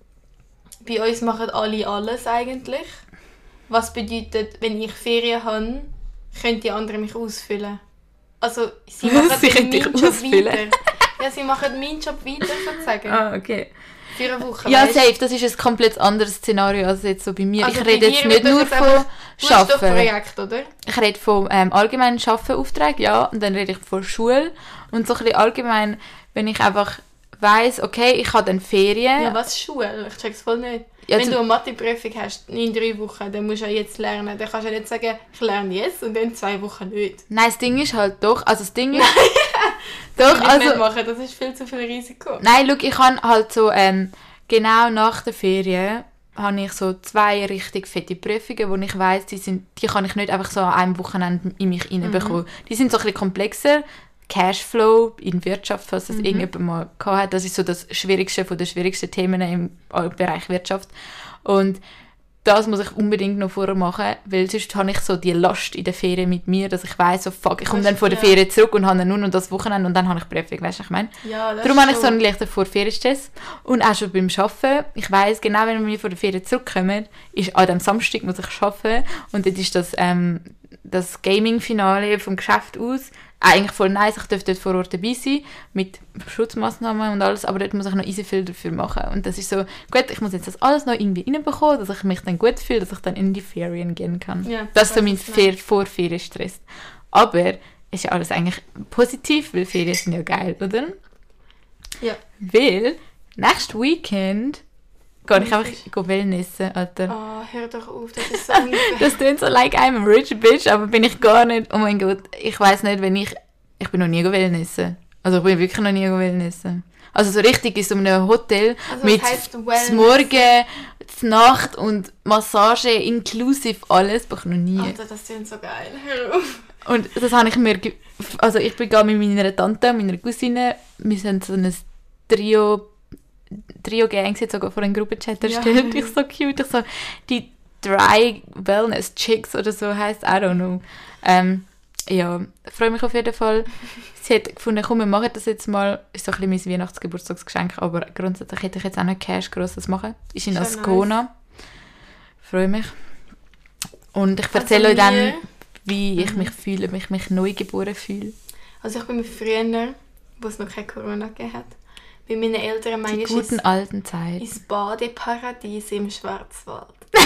bei uns machen alle alles eigentlich. Was bedeutet, wenn ich Ferien habe, können die anderen mich ausfüllen. Also sie machen sie meinen Job ausfüllen. weiter. Ja, sie machen meinen Job weiter, sozusagen. Ah, okay. Für eine Woche, ja, weißt? safe. Das ist ein komplett anderes Szenario als jetzt so bei mir. Also ich rede jetzt nicht nur von Arbeiten. Projekt, oder? Ich rede von ähm, allgemeinen Arbeitsaufträgen, ja. Und dann rede ich von Schule. Und so ein bisschen allgemein, wenn ich einfach weiss, okay, ich habe dann Ferien. Ja, was Schule? Ich check's voll nicht. Ja, wenn du eine Matheprüfung hast in drei Wochen, dann musst du ja jetzt lernen. Dann kannst du ja nicht sagen, ich lerne jetzt und dann zwei Wochen nicht. Nein, das Ding ist halt doch, also das Ding ist... doch, das also, nicht machen, das ist viel zu viel Risiko. Nein, schau, ich habe halt so, ähm, genau nach der Ferien habe ich so zwei richtig fette Prüfungen, wo ich weiss, die, sind, die kann ich nicht einfach so an einem Wochenende in mich reinbekommen. Mhm. Die sind so ein bisschen komplexer. Cashflow in Wirtschaft, falls das mhm. irgendjemand mal gehabt hat. Das ist so das Schwierigste von den schwierigsten Themen im Bereich Wirtschaft. Und das muss ich unbedingt noch vorher machen, weil sonst habe ich so die Last in der Ferien mit mir, dass ich weiss, so fuck, ich komme dann von der ja. Ferien zurück und habe dann nur noch das Wochenende und dann habe ich Prüfung, weißt du, was ich meine? Ja, darum habe ich so einen leichten Vorferienstress. Und auch schon beim Arbeiten, ich weiss genau, wenn wir von der Ferien zurückkommen, ist an dem Samstag muss ich arbeiten und dort ist das, ähm, das Gaming-Finale vom Geschäft aus. eigentlich voll nice, ich darf dort vor Ort dabei sein, mit Schutzmaßnahmen und alles, aber dort muss ich noch easy viel dafür machen. Und das ist so, gut, ich muss jetzt das alles noch irgendwie reinbekommen, dass ich mich dann gut fühle, dass ich dann in die Ferien gehen kann. Ja, das ist so mein Fer- Vorferienstress. Aber ist ja alles eigentlich positiv, weil Ferien sind ja geil, oder? Ja. Weil, nächstes Weekend gehe ich einfach Wellnessen, Alter. Oh, hör doch auf, das ist so ungefähr. Das klingt so like I'm a rich bitch, aber bin ich gar nicht. Oh mein Gott, ich weiss nicht, wenn ich... Ich bin noch nie Wellnessen. Also ich bin wirklich noch nie Wellnessen. Also so richtig in so einem Hotel also, mit zum Morgen, zur Nacht und Massage inklusive alles, bin ich noch nie. Alter, das klingt so geil, hör auf. Und das habe ich mir... Ge- also ich bin mit meiner Tante, meiner Cousine, wir sind so ein Trio... Trio-Gang jetzt sogar vor einem Gruppenchat erstellt. Ja. Ich so cute. Ich so, die drei Wellness-Chicks oder so heisst, I don't know. Ähm, ja, freue mich auf jeden Fall. Sie hat gefunden, komm, wir machen das jetzt mal. Ist so ein bisschen mein Weihnachtsgeburtstagsgeschenk, aber grundsätzlich hätte ich jetzt auch nicht Cash grosses machen. Ist in Ascona. Nice. Freue mich. Und ich erzähle also euch dann, wie ich mhm. mich fühle, wie ich mich neu geboren fühle. Also ich bin mir früher, wo es noch kein Corona gegeben hat, bei meinen Eltern meine ich guten ins, alten Zeit. ins Badeparadies im Schwarzwald.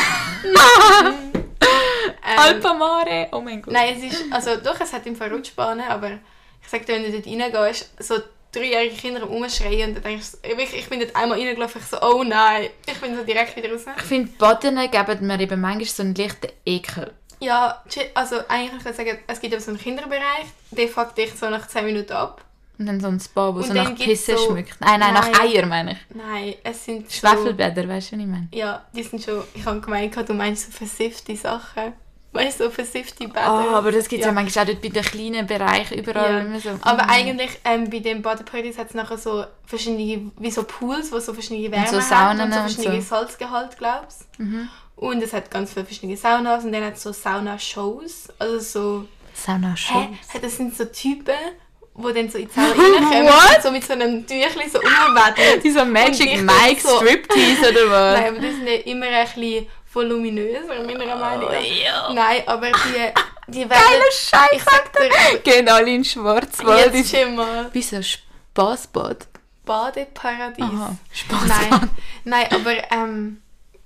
Nein! ähm, Alpamare, oh mein Gott. Nein, es ist, also doch, es hat im Fall Rutschbahnen, aber ich sage dir, wenn du dort reingehst, so dreijährige Kinder rumschreien und dann denkst du, ich, ich bin dort einmal reingelaufen, ich so, oh nein, ich bin so direkt wieder raus. Ich finde, Baden geben mir eben manchmal so einen leichten Ekel. Ja, also eigentlich kann ich sagen, es gibt so einen Kinderbereich, der fuckt dich so nach zehn Minuten ab. Und dann so ein Spa, wo so nach Pisse so, schmeckt. Nein, nein, nein, nach Eier meine ich. Nein, es sind Schwefelbäder, so, weißt du, was ich meine? Ja, die sind schon, ich habe gemeint, du meinst so versiffte Sachen. Weißt du, so versiffte Bäder. Oh, aber das gibt es ja. ja manchmal auch dort bei den kleinen Bereichen überall. Ja. So. Aber mm. eigentlich, ähm, bei dem Badeparadies hat es nachher so verschiedene, wie so Pools, wo so verschiedene Wärme und so Saunen haben und so verschiedene und so. Salzgehalt, glaubst du. Mhm. Und es hat ganz viele verschiedene Saunas und dann hat es so Sauna-Shows. Also so... Sauna-Shows? Hä? Das sind so Typen, die dann so in die Sauna reinkommen, so mit so einem Tüchlein so umwedeln. Die so Magic Mike so, Striptease oder was? Nein, aber die sind ja immer ein bisschen voluminöser, meiner Meinung nach. Oh, yeah. Nein, aber die, die werden... Geile Scheiße! Ich sag dir... Gehen alle in Schwarzwald. Jetzt schon mal. Wie so ein Spassbad. Badeparadies. Aha, Spassbad. Nein, nein, aber ähm...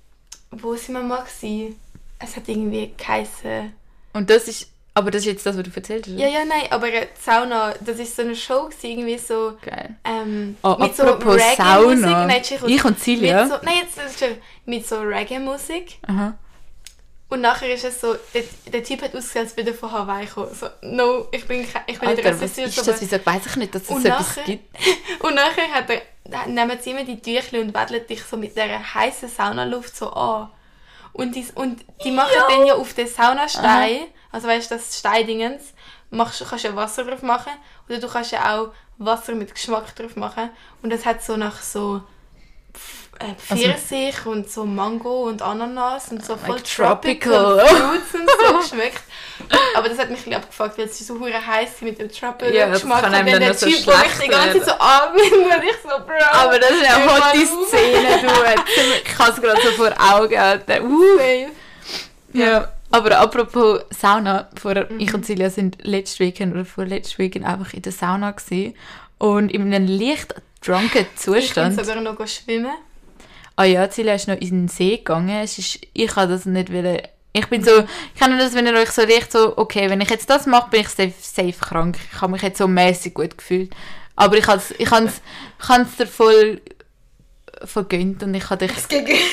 wo sind wir mal gewesen? Es hat irgendwie geheißen... Und das ist... Aber das ist jetzt das, was du erzählt hast? Ja, ja, nein, aber die Sauna, das ist so eine Show gewesen, irgendwie so... Geil. Ähm, oh, mit so apropos Sauna. Nein, ich und Silja. So, nein, jetzt ist schon mit so Reggae-Musik. Aha. Und nachher ist es so, der, der Typ hat ausgesehen, als würde er von Hawaii kommen. So, no, ich bin, ich bin Alter, nicht rassistisch. Was ist das? Wieso weiss ich nicht, dass es und so etwas nachher, gibt? Und nachher hat er, nehmen sie immer die Tücher und wedeln dich so mit dieser heißen Saunaluft so an. Und die, und die machen ja. dann ja auf den Saunastein, aha. Also weißt du, das Steindingens, machst, kannst ja Wasser drauf machen oder du kannst ja auch Wasser mit Geschmack drauf machen. Und das hat so nach so äh, Pfirsich also, und so Mango und Ananas und so voll like tropical, tropical Fruits und so geschmeckt. Aber das hat mich ein bisschen abgefuckt, weil es so hure heiß mit dem Tropical ja, Geschmack. Und dann der so Typ, der mich die ganze Zeit so anbindet und ich so, Bro. Aber das ist eine hotte Szene, du. Ich habe es gerade so vor Augen. Alter. Uh. Ja. ja. Aber apropos Sauna, vor, mhm. ich und Silja sind letztes Weekend oder vorletztes Weekend einfach in der Sauna gewesen und in einem leicht drunken Zustand. Ich bin sogar noch schwimmen. Ah ja, Silja ist noch in den See gegangen. Es ist, ich kann das nicht wollen. Ich bin so, ich kann das, wenn ihr euch so leicht so, okay, wenn ich jetzt das mache, bin ich safe, safe krank. Ich habe mich jetzt so mäßig gut gefühlt. Aber ich habe es ich ich dir voll vergönnt und ich habe dich...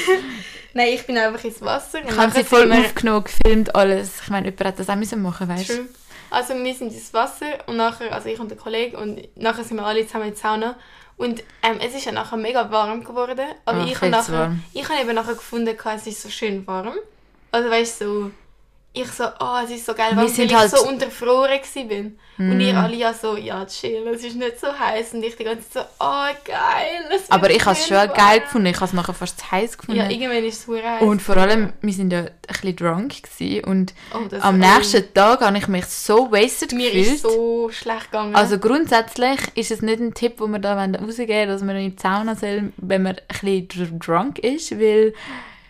Nein, ich bin einfach ins Wasser. Ich habe sie voll aufgenommen, gefilmt, alles. Ich meine, jemand hat das auch müssen machen, weißt du? Also wir sind ins Wasser und nachher, also ich und der Kollege, und nachher sind wir alle zusammen in die Sauna. Und ähm, es ist ja nachher mega warm geworden. Aber oh, ich habe nachher, ich habe eben nachher gefunden, es ist so schön warm. Also weißt du, so, ich so, oh, es ist so geil, weil ich halt so unterfroren war. Mm. Und ihr alle ja so, ja chill, es ist nicht so heiß. Und ich die ganze Zeit so, oh geil. Aber ich habe es schon warm. geil gefunden, ich habe es nachher fast zu heiß gefunden. Ja, irgendwann ist es so heiß. Und vor allem, wir waren ja ein bisschen drunk gewesen, und oh, am nächsten oh. Tag habe ich mich so wasted Mir gefühlt. Mir ist so schlecht gegangen. Also grundsätzlich ist es nicht ein Tipp, den wir da rausgeben wollen, dass man in die Sauna soll, wenn man ein bisschen drunk ist, weil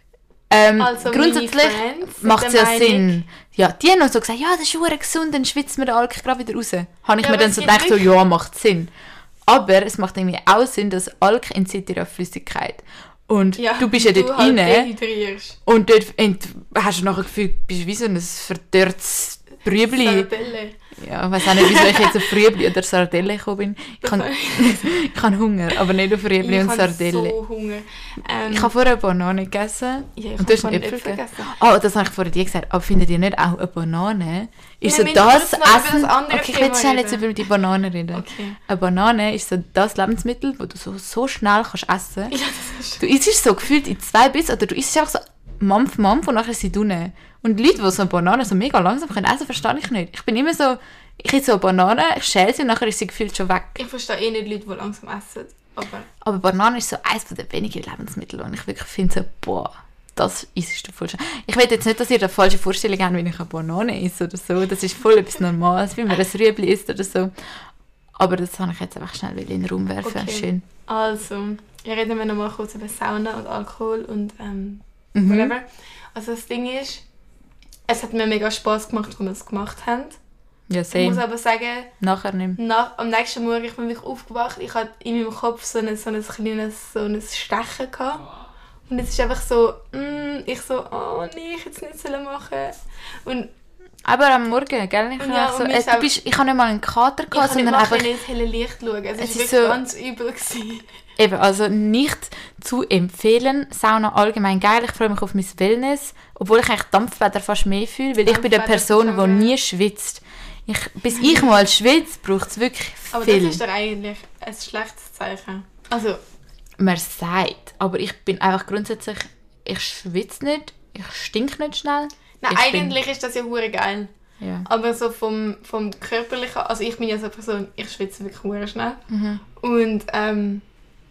Ähm, Also grundsätzlich macht es ja Meinung. Sinn. Ja, die haben noch so gesagt, ja, das ist verdammt gesund, dann schwitzt man den Alk gerade wieder raus. Habe ich Ja, mir aber dann es so gibt gedacht, so, wirklich- ja, macht Sinn. Aber es macht irgendwie auch Sinn, dass Alk entzieht dir Flüssigkeit. Und Ja, du bist ja dort du halt rein dehydrierst. und dort ent- hast du nachher Gefühl, du bist wie so ein verdörrtes Brübli. Sardelle. Ja, ich weiß auch nicht, wieso ich jetzt auf Rüebli oder Sardelle gekommen bin. Ich habe ich habe Hunger, aber nicht auf Rüebli Ich und habe Sardelle. so Hunger. Ähm, Ich habe vorher eine Banane gegessen. ja, ich und du hast habe einen vorhin Äpfel Äpfel gegessen. gegessen. Oh, das habe ich vorher dir gesagt. Aber findet ihr nicht auch eine Banane? Ist so Wir müssen das kurz noch über Essen... das andere Okay, ich Thema will schnell jetzt reden. über die Banane reden. Okay. Eine Banane ist so das Lebensmittel, das du so, so schnell kannst essen kannst. Ja, das ist Du isst so gefühlt in zwei Bissen oder du isst einfach so Mampf, Mampf und nachher ist sie dünne. Und Leute, die so eine Banane so mega langsam können essen, verstehe ich nicht. Ich bin immer so... Ich esse so eine Banane, ich schäle sie und nachher ist sie gefühlt schon weg. Ich verstehe eh nicht Leute, die langsam essen. Aber Aber Banane ist so eines der wenigen Lebensmittel, und ich wirklich finde so, boah, das isst du voll schon. Ich will jetzt nicht, dass ihr eine falsche Vorstellung habt, wenn ich eine Banane esse oder so. Das ist voll etwas Normales, wie man ein Rüebli isst oder so. Aber das habe ich jetzt einfach schnell in den Raum werfen. Okay. Schön. also, ja, reden wir nochmal kurz über Sauna und Alkohol und ähm, Mhm. whatever. Also das Ding ist, es hat mir mega Spass gemacht, als wir es gemacht haben. Ja, Ich muss same. aber sagen, Nachher nicht mehr. nach, am nächsten Morgen ich bin ich aufgewacht, ich hatte in meinem Kopf so ein, so ein kleines so ein Stechen gehabt. Und es ist einfach so, mm, ich so, oh nee, ich hätte es nicht sollen machen. Und Aber am Morgen, gell? Ich, Und ja, habe so, und mir äh, ist du auch- bist, ich habe nicht mal einen Kater ich gehabt, konnte nicht sondern mal einfach... ins helle Licht schauen. Es, Es es ist ist wirklich so- ganz übel gewesen. Eben, also nicht zu empfehlen. Sauna allgemein geil. Ich freue mich auf mein Wellness. Obwohl ich eigentlich Dampfbäder fast mehr fühle, weil ich bin eine Dampfbäder Person, sind die schon geil. nie schwitzt. Ich, bis ich mal schwitze, braucht es wirklich Aber viel. das ist doch eigentlich ein schlechtes Zeichen. Also, Man sagt, aber ich bin einfach grundsätzlich, ich schwitze nicht, ich stinke nicht schnell. nein, Ich bin- eigentlich ist das ja hure geil. Ja. Aber so vom, vom körperlichen, also ich bin ja so eine Person, ich schwitze wirklich hure schnell. Mhm. Und ähm,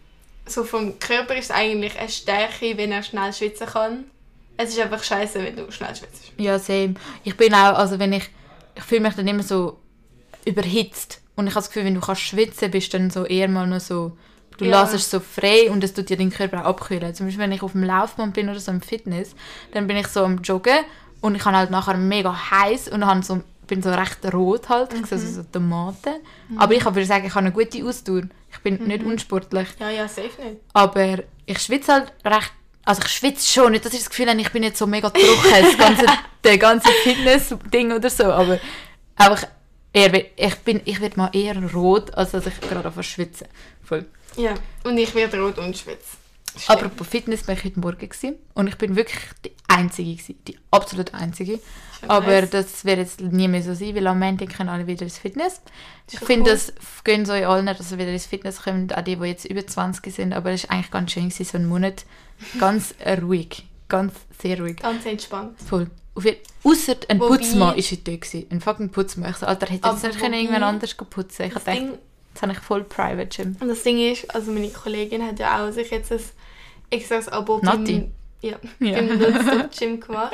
so vom Körper ist es eigentlich eine Stärke, wenn er schnell schwitzen kann. Es ist einfach scheiße, wenn du schnell schwitzt. Ja, same. Ich bin auch, also wenn ich, ich fühle mich dann immer so überhitzt. Und ich habe das Gefühl, wenn du kannst schwitzen, bist du dann so eher mal noch so, du Ja. lässt es so frei und es tut dir deinen Körper auch abkühlen. Zum Beispiel, wenn ich auf dem Laufband bin oder so im Fitness, dann bin ich so am Joggen und ich habe halt nachher mega heiß und habe so, bin so recht rot halt, ich sehe so Tomaten. Aber ich würde sagen, ich habe eine gute Ausdauer. Ich bin nicht unsportlich. Ja, ja, safe nicht. Aber ich schwitze halt recht, also ich schwitze schon nicht, dass ich das Gefühl habe, ich bin nicht so mega trocken, das ganze, der ganze Fitness-Ding oder so, aber einfach eher, ich bin, ich werde mal eher rot, als dass ich gerade anfange zu schwitzen. Voll. Ja, und ich werde rot und schwitze. Schlimm. Apropos Fitness, war ich heute Morgen gewesen, und ich bin wirklich die Einzige gewesen, die absolut Einzige. Schon Aber nice. das wird jetzt nie mehr so sein, weil am Montag können alle wieder ins Fitness. Ich Schon finde, cool. das gönnt euch allen, dass ihr wieder ins Fitness kommt, auch die, die jetzt über zwanzig sind. Aber es war eigentlich ganz schön, gewesen, so einen Monat ganz ruhig, ganz sehr ruhig. Ganz entspannt. Voll. Außer ein Wobei- Putzmann war heute da. Gewesen. Ein fucking Putzmann. Ich so, Alter, hätte Aber jetzt nicht wobei- können irgendwann anders putzen. Ich Das dachte, Ding, jetzt habe ich voll Private Gym. und das Ding ist, also meine Kollegin hat ja auch sich jetzt ein extra ein Abo Nati? beim, ja, Ja. beim Non-Stop Gym gemacht.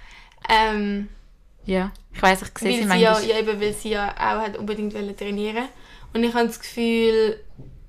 Ähm, Ja, ich weiss, ich sehe sie weil sie ja, manchmal. ja, eben, weil sie ja auch hat unbedingt wollte trainieren. Und ich habe das Gefühl,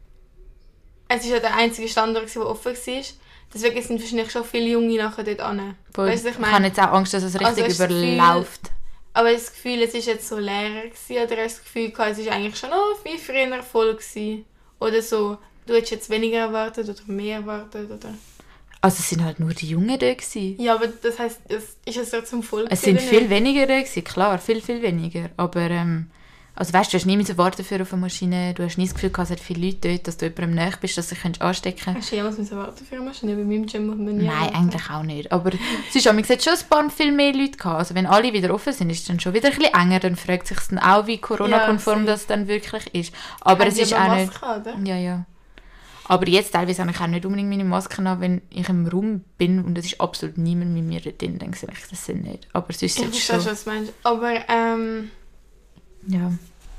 es war ja der einzige Standort, der offen war. Deswegen sind wahrscheinlich schon viele Junge nachher dort hin. Voll. Weißt du, was ich ich habe meine? jetzt auch Angst, dass es richtig Also hast du das Gefühl- überläuft. Aber ich habe das Gefühl, es war jetzt so leer gewesen, oder hast du das Gefühl gehabt, es war eigentlich schon noch wie früher voll gewesen? Oder so, du hättest jetzt weniger erwartet oder mehr erwartet, oder? Also es sind halt nur die Jungen da gewesen. Ja, aber das heisst, es ist es trotzdem voll Es gewesen, sind oder viel nicht? weniger da gewesen, klar, viel, viel weniger. Aber ähm, also weißt, du hast nie müssen warten für auf eine Maschine, du hast nie das Gefühl gehabt, es hat viele Leute dort, dass du jemandem nahe bist, dass du dich könntest anstecken Hast du jemals müssen warten für eine Maschine? Bei meinem Gym muss man nie Nein, warten. eigentlich auch nicht. Aber es ist auch, schon ein paar viel mehr Leute gehabt. Also wenn alle wieder offen sind, ist es dann schon wieder ein bisschen enger. Dann fragt sich dann auch, wie Corona-konform Ja, das dann wirklich ist. Aber Haben es die ist aber auch nicht... Maske an, oder? Ja, ja. Aber jetzt teilweise habe ich auch nicht unbedingt meine Maske an, wenn ich im Raum bin und es ist absolut niemand mit mir drin, dann sehe ich das Sinn nicht. Aber sonst Ich ist es verstehe schon... schon, was du meinst. Aber, ähm... Ja.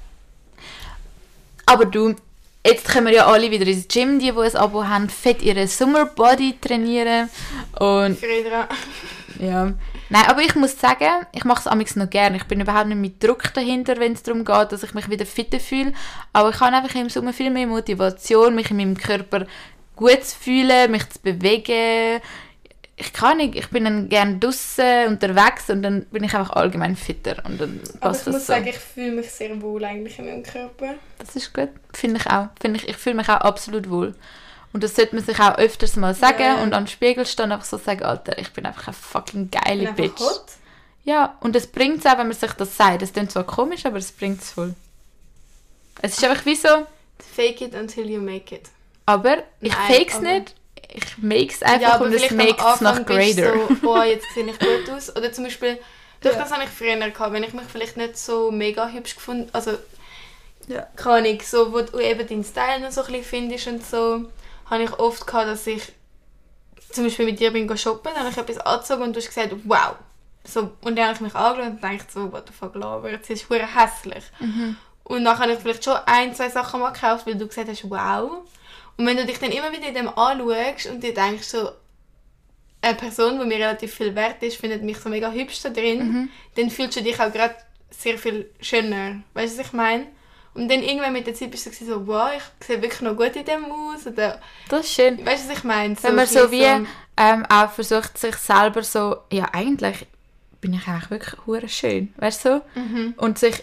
Aber du, jetzt können wir ja alle wieder ins Gym, die, die ein Abo haben, fett ihre Summer Body trainieren. Und Friedra. ja. Nein, aber ich muss sagen, ich mache es amigs noch gerne. Ich bin überhaupt nicht mit Druck dahinter, wenn es darum geht, dass ich mich wieder fitter fühle. Aber ich habe einfach im Sommer viel mehr Motivation, mich in meinem Körper gut zu fühlen, mich zu bewegen. ich kann nicht, ich bin dann gerne draussen unterwegs und dann bin ich einfach allgemein fitter und dann passt Aber ich das muss so. sagen, ich fühle mich sehr wohl eigentlich in meinem Körper. Das ist gut, finde ich auch. Finde ich, ich fühle mich auch absolut wohl. Und das sollte man sich auch öfters mal sagen Ja. und an den Spiegel stehen und einfach so sagen, Alter, ich bin einfach eine fucking geile Ich bin Bitch. einfach hot. Ja, und es bringt es auch, wenn man sich das sagt. Das klingt zwar komisch, aber es bringt es voll. Es ist einfach wie so, Fake it until you make it. aber ich Nein, fake es aber- nicht, ich make es einfach Ja, aber und es vielleicht am makes es noch Anfang bist du greater. so, oh, jetzt sehe ich gut aus. Oder zum Beispiel, durch Ja. das habe ich früher gehabt, wenn ich mich vielleicht nicht so mega hübsch gefunden, also Ja. keine Ahnung, so, wo du eben deinen Style noch so ein bisschen findest und so, habe ich oft gehabt, dass ich zum Beispiel mit dir bin go shoppen, dann habe ich etwas angezogen und du hast gesagt, wow. So, und dann habe ich mich angeschaut und gedacht so, what the fuck, Laura, jetzt ist es verdammt hässlich. Mhm. Und dann habe ich vielleicht schon ein, zwei Sachen mal gekauft, weil du gesagt hast, wow. Und wenn du dich dann immer wieder in dem anschaust und dir denkst so, eine Person, die mir relativ viel wert ist, findet mich so mega hübsch da drin, Mhm. dann fühlst du dich auch gerade sehr viel schöner. Weißt du, was ich meine? Und dann irgendwann mit der Zeit bist du so, wow, ich sehe wirklich noch gut in dem aus. Oder, Das ist schön. weißt du, was ich meine? Wenn man ein so bisschen wie ähm, auch versucht, sich selber so, ja eigentlich bin ich eigentlich wirklich hure schön, weißt du? So? Mhm. Und sich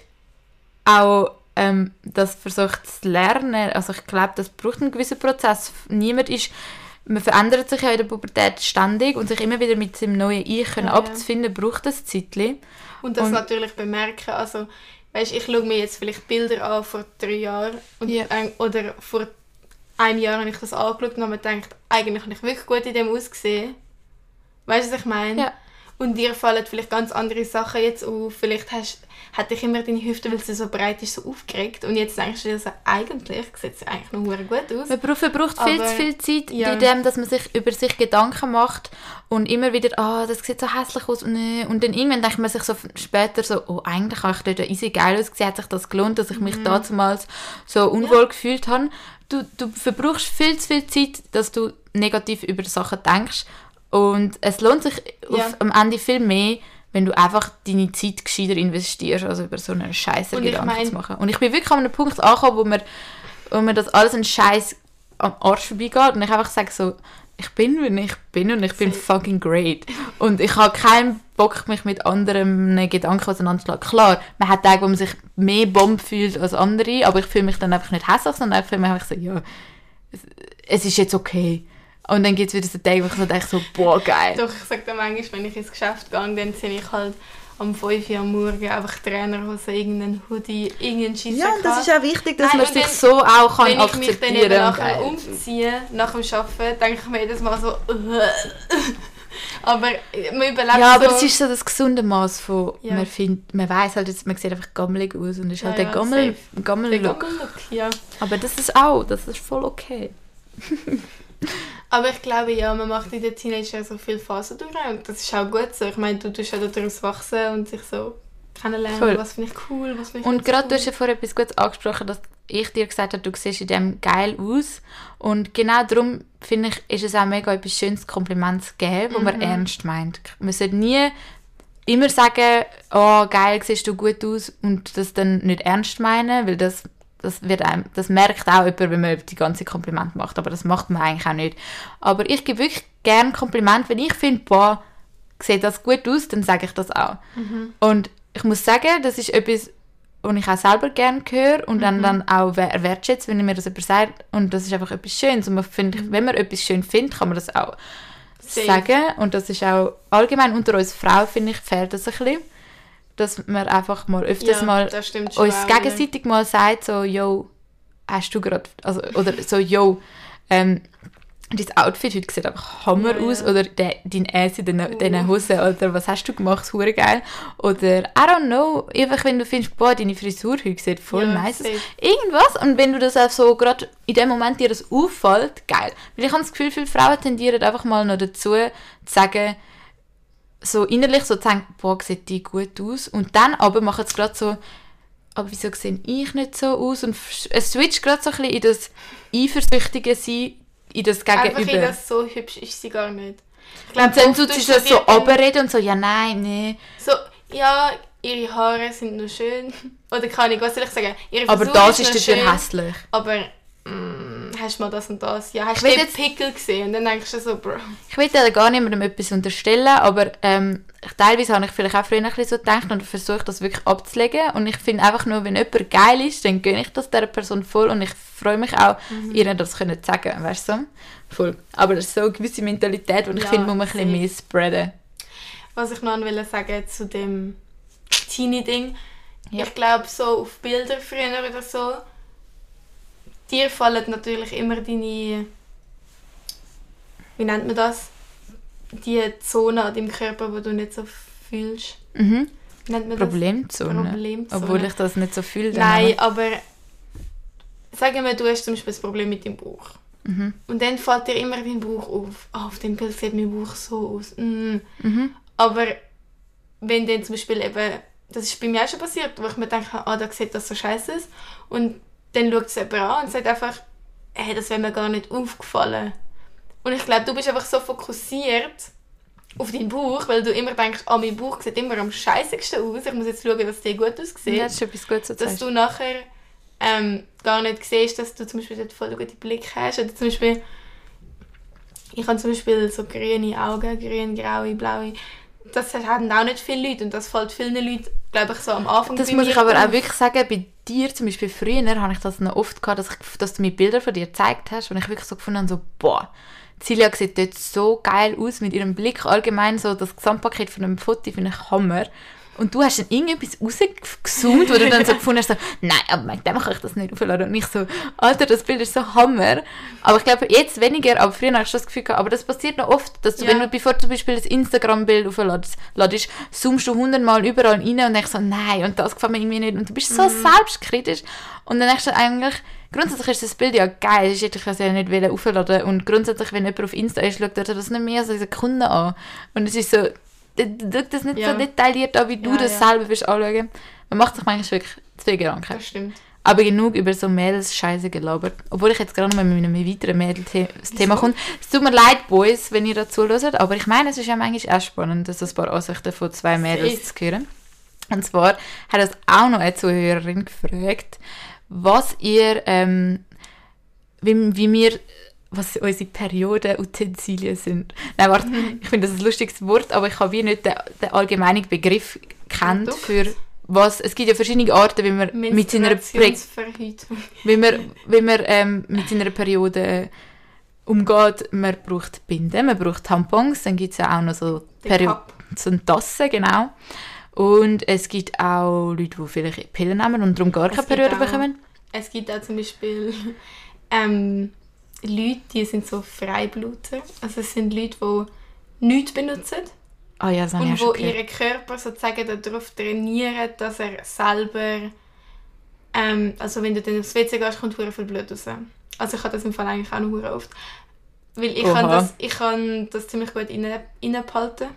auch ähm, das versucht zu lernen, also ich glaube, das braucht einen gewissen Prozess. Niemand ist, man verändert sich ja in der Pubertät ständig und sich immer wieder mit seinem neuen Ich können Ja, ja. abzufinden, braucht das Zeitchen. Und das Und- natürlich bemerken. Also, weißt, ich schaue mir jetzt vielleicht Bilder an vor drei Jahren und, Ja. äh, oder vor einem Jahr habe ich das angeschaut und habe mir gedacht, eigentlich habe ich wirklich gut in dem ausgesehen. Weißt du, was ich meine? Ja. Und dir fallen vielleicht ganz andere Sachen jetzt auf. Vielleicht hast, hat dich immer deine Hüfte, weil sie so breit ist, so aufgeregt. Und jetzt denkst du dir so, eigentlich sieht sie eigentlich noch verdammt gut aus. Man braucht, man braucht viel Aber- zu viel Zeit ja. in dem, dass man sich über sich Gedanken macht und immer wieder, ah, das sieht so hässlich aus. Nee. Und dann irgendwann denkt man sich so später so, oh, eigentlich habe ich dort easy geil ausgesehen, hat sich das gelohnt, dass ich mich Mhm. damals so unwohl gefühlt habe. Du, du verbrauchst viel zu viel Zeit, dass du negativ über Sachen denkst. Und es lohnt sich Ja. auf, am Ende viel mehr, wenn du einfach deine Zeit gescheiter investierst, als über so einen Scheiße Und ich Gedanken mein- zu machen. Und ich bin wirklich an einem Punkt angekommen, wo mir, wo mir das alles ein Scheiß am Arsch vorbeigeht und ich einfach sage so, ich bin, wie ich bin und ich bin Safe. fucking great. Und ich habe keinen Bock, mich mit anderen Gedanken auseinanderzuschlagen. Klar, man hat Tage, wo man sich mehr Bomb fühlt als andere, aber ich fühle mich dann einfach nicht hässlich, sondern ich fühle mich einfach so, ja, es, es ist jetzt okay. Und dann gibt es wieder so Tage, wo ich so denke, so, boah, geil. Doch, ich sage dann manchmal, wenn ich ins Geschäft gehe, dann sehe ich halt am fünf Uhr am Morgen einfach Trainerhose, irgendeinen Hoodie, irgendeinen Scheissdreck. Ja, und das ist auch wichtig, dass Nein, man und sich dann- so auch kann Wenn ich mich dann eben akzeptieren nachher kann. umziehe, nach dem Arbeiten, denke ich mir jedes Mal so, aber man überlebt Ja, aber so. es ist so das gesunde Maß von, Ja. man, find, man weiss halt, jetzt, man sieht einfach gammelig aus und ist Ja, halt der ja, Gammel, safe. Gammel-Look. Der Gammel-Look, ja. Aber das ist auch, das ist voll okay. Aber ich glaube, ja, man macht in den Teenagern so viele Phasen durch und das ist auch gut so. Ich meine, du tust ja daraus wachsen und sich so kennenlernen, Voll. was finde ich cool, was finde ich Und nicht so gerade cool. du hast ja vorher etwas Gutes angesprochen, dass ich dir gesagt habe, du siehst in dem geil aus. Und genau darum finde ich, ist es auch mega etwas schönes Kompliment zu geben, das man Mhm. ernst meint. Man sollte nie immer sagen, oh geil, siehst du gut aus und das dann nicht ernst meinen, weil das, das, wird einem, das merkt auch jemand, wenn man die ganze Komplimente macht, aber das macht man eigentlich auch nicht. Aber ich gebe wirklich gerne Kompliment, wenn ich finde, boah, sieht das gut aus, dann sage ich das auch. Mhm. Und ich muss sagen, das ist etwas, was ich auch selber gerne höre und dann, Mhm. dann auch wer- wertschätze, wenn mir das jemand sagt. Und das ist einfach etwas Schönes. Und man find, wenn man etwas schön findet, kann man das auch Safe. sagen. Und das ist auch allgemein unter uns Frauen, finde ich, fair das ein bisschen. Dass man einfach mal öfters Ja, mal das stimmt schon uns auch, gegenseitig mal sagt, so, yo, hast du gerade, also, oder so, yo, ähm, dein Outfit heute sieht einfach Hammer Ja, aus, ja. oder de, dein Ass in den, Uh. diesen Hosen, oder was hast du gemacht, hure geil. Oder, I don't know, einfach wenn du findest, boah, deine Frisur heute sieht voll Ja, nice aus. safe. Irgendwas, und wenn du das auch so gerade in dem Moment dir das auffällt, geil. Weil ich habe das Gefühl, viele Frauen tendieren einfach mal noch dazu, zu sagen, so innerlich so zu denken, boah, sieht die gut aus. Und dann aber machen es gerade so, aber wieso sehe ich nicht so aus? Und es switcht gerade so ein bisschen in das eifersüchtige Sein, in das Einfach in Gegenüber. das, so hübsch ist sie gar nicht. Ich Und dann oft tut sie tust das du so dir dann runterreden und so, ja nein, nee. So, ja, ihre Haare sind noch schön. Oder kann ich, was soll ich sagen? Ihre Aber Frisur das ist ist noch dafür schön, hässlich. aber mm, hast du mal das und das? Ja, hast ich du den jetzt, Pickel gesehen? Und dann denkst du so, Bro. Ich will ja gar niemandem etwas unterstellen, aber ähm, teilweise habe ich vielleicht auch früher ein bisschen so gedacht und versuche das wirklich abzulegen. Und ich finde einfach nur, wenn jemand geil ist, dann gönne ich das dieser Person voll und ich freue mich auch, mhm. ihr das können zu sagen, weißt du? Voll. Aber das ist so eine gewisse Mentalität, die ich ja, finde, muss man ein bisschen mehr spreaden. Was ich noch will sagen zu dem Teenie-Ding, ja. Ich glaube, so auf Bilder früher oder so, dir fallen natürlich immer deine, wie nennt man das? Die Zone an deinem Körper, die du nicht so fühlst. Mhm. Nennt man Problemzone. das? Problemzone. Obwohl ich das nicht so fühle. Nein, aber sagen wir, du hast zum Beispiel ein Problem mit deinem Bauch. Mhm. Und dann fällt dir immer dein Bauch auf. Oh, auf dem Bild sieht mein Bauch so aus. Mm. Mhm. Aber wenn dann zum Beispiel eben, das ist bei mir auch schon passiert, wo ich mir denke, ah, da sieht das so scheiße aus. Und dann schaut es jemand an und sagt einfach, hey, das wäre mir gar nicht aufgefallen. Und ich glaube, du bist einfach so fokussiert auf deinen Bauch, weil du immer denkst, ah, mein Bauch sieht immer am scheissigsten aus, ich muss jetzt schauen, dass der gut aussieht. Ja, das ist etwas Gutes, dass sagst. Du nachher ähm, gar nicht siehst, dass du zum Beispiel dort voll guten Blick hast. Oder zum Beispiel, ich habe zum Beispiel so grüne Augen, grün, graue, blaue. Das haben auch nicht viele Leute und das fällt vielen Leuten, glaube ich, so am Anfang. Das muss ich aber auf. Auch wirklich sagen, bei dir zum Beispiel früher habe ich das noch oft gehabt, dass, ich, dass du mir Bilder von dir gezeigt hast und ich wirklich so gefunden habe, so, boah, Silja sieht dort so geil aus mit ihrem Blick. Allgemein so das Gesamtpaket von einem Foto finde ich Hammer. Und du hast dann irgendetwas rausgezoomt, wo du dann so gefunden hast, so, nein, aber mit dem kann ich das nicht aufladen. Und ich so, Alter, das Bild ist so Hammer. Aber ich glaube, jetzt weniger, aber früher habe ich schon das Gefühl gehabt, aber das passiert noch oft, dass du, ja. wenn du, bevor du zum Beispiel das Instagram-Bild aufladest, zoomst du hundertmal überall rein und denkst so, nein, und das gefällt mir irgendwie nicht. Und du bist so mhm. selbstkritisch. Und dann denkst du eigentlich, grundsätzlich ist das Bild ja geil, ich hätte es ja nicht aufladen. Und grundsätzlich, wenn jemand auf Insta ist, schaut er das nicht mehr so Sekunden an. Und es ist so, du das nicht ja. so detailliert an, wie du ja, das ja. selber willst anschauen. Man macht sich manchmal wirklich zu viel Gedanken. Das stimmt. Aber genug über so Mädels-Scheiße gelabert. Obwohl ich jetzt gerade noch mal mit einem weiteren Mädel-Thema komme. Es tut mir leid, Boys, wenn ihr dazu hört, aber ich meine, es ist ja manchmal auch spannend, dass ein paar Ansichten von zwei Mädels zu hören. Und zwar hat uns auch noch eine Zuhörerin gefragt, was ihr, ähm, wie, wie wir... was unsere Perioden-Utensilien sind. Nein, warte, mhm. ich finde das ein lustiges Wort, aber ich habe wie nicht den, den allgemeinen Begriff kennt für was. Es gibt ja verschiedene Arten, wie man mit seiner Menstruationsverhütung wie man, wie man ähm, mit seiner Periode umgeht. Man braucht Binden, man braucht Tampons, dann gibt es ja auch noch so, Perio- so eine Tasse, genau. Und es gibt auch Leute, die vielleicht Pillen nehmen und darum gar keine Periode auch, bekommen. Es gibt auch zum Beispiel ähm, Leute, die sind so Freibluter. Also es sind Leute, die nichts benutzen. Oh ja, das habe ich und die ihren Körper sozusagen darauf trainieren, dass er selber... Ähm, also wenn du dann aufs W C gehst, kommt sehr viel Blut raus. Also ich habe das im Fall eigentlich auch noch sehr oft. Weil ich kann, das, ich kann das ziemlich gut rein, reinbehalten.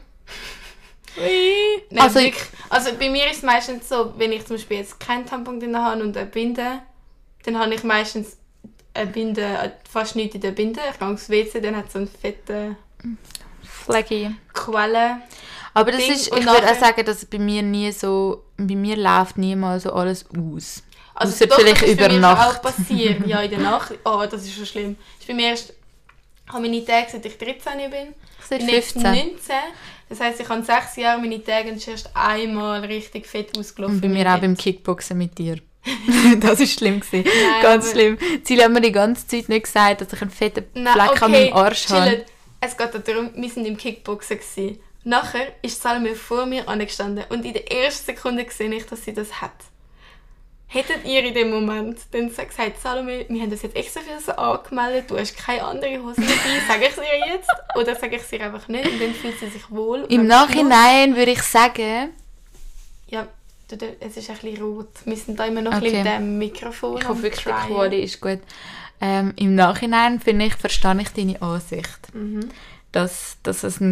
Nein, also, wirklich, also bei mir ist es meistens so, wenn ich zum Beispiel jetzt keinen Tampon drin habe und eine Binde, dann habe ich meistens eine Binde, fast nichts in der Binde. Ich gehe aufs W C, dann hat es so einen fetten Flaggy Quelle. Aber das Ding. ist, ich würde auch sagen, dass bei mir nie so, bei mir läuft niemals so alles aus. Also doch, vielleicht das ist über Nacht. Auch passiert. Ja, in der Nacht. Oh, das ist schon schlimm. Ich bin mir erst, ich habe meine Tage, seit ich dreizehn bin. Seit fünfzehn. neunzehn. Das heisst, ich habe sechs Jahre meine Tage und es ist erst einmal richtig fett ausgelaufen. Und bei mir auch Fett. Beim Kickboxen mit dir. Das war schlimm. Nein, ganz schlimm. Sie haben mir die ganze Zeit nicht gesagt, dass ich einen fetten Nein, Fleck okay, an meinem Arsch chillen. habe. Es geht darum, wir waren im Kickboxen. Gewesen. Nachher ist Salome vor mir angestanden und in der ersten Sekunde sehe ich, dass sie das hat. Hättet ihr in dem Moment dann gesagt, Salome, wir haben das jetzt extra für so angemeldet, du hast keine andere Hose dabei, sage ich es ihr jetzt? Oder sage ich es ihr einfach nicht und dann fühlt sie sich wohl? Im Nachhinein würde ich sagen... Ja, du, es ist ein bisschen rot. Wir sind da immer noch okay. ein bisschen mit dem Mikrofon. Ich hoffe wirklich, die Quali ist gut. Ähm, Im Nachhinein, finde ich, verstehe ich deine Ansicht. Mhm. Dass, dass es ein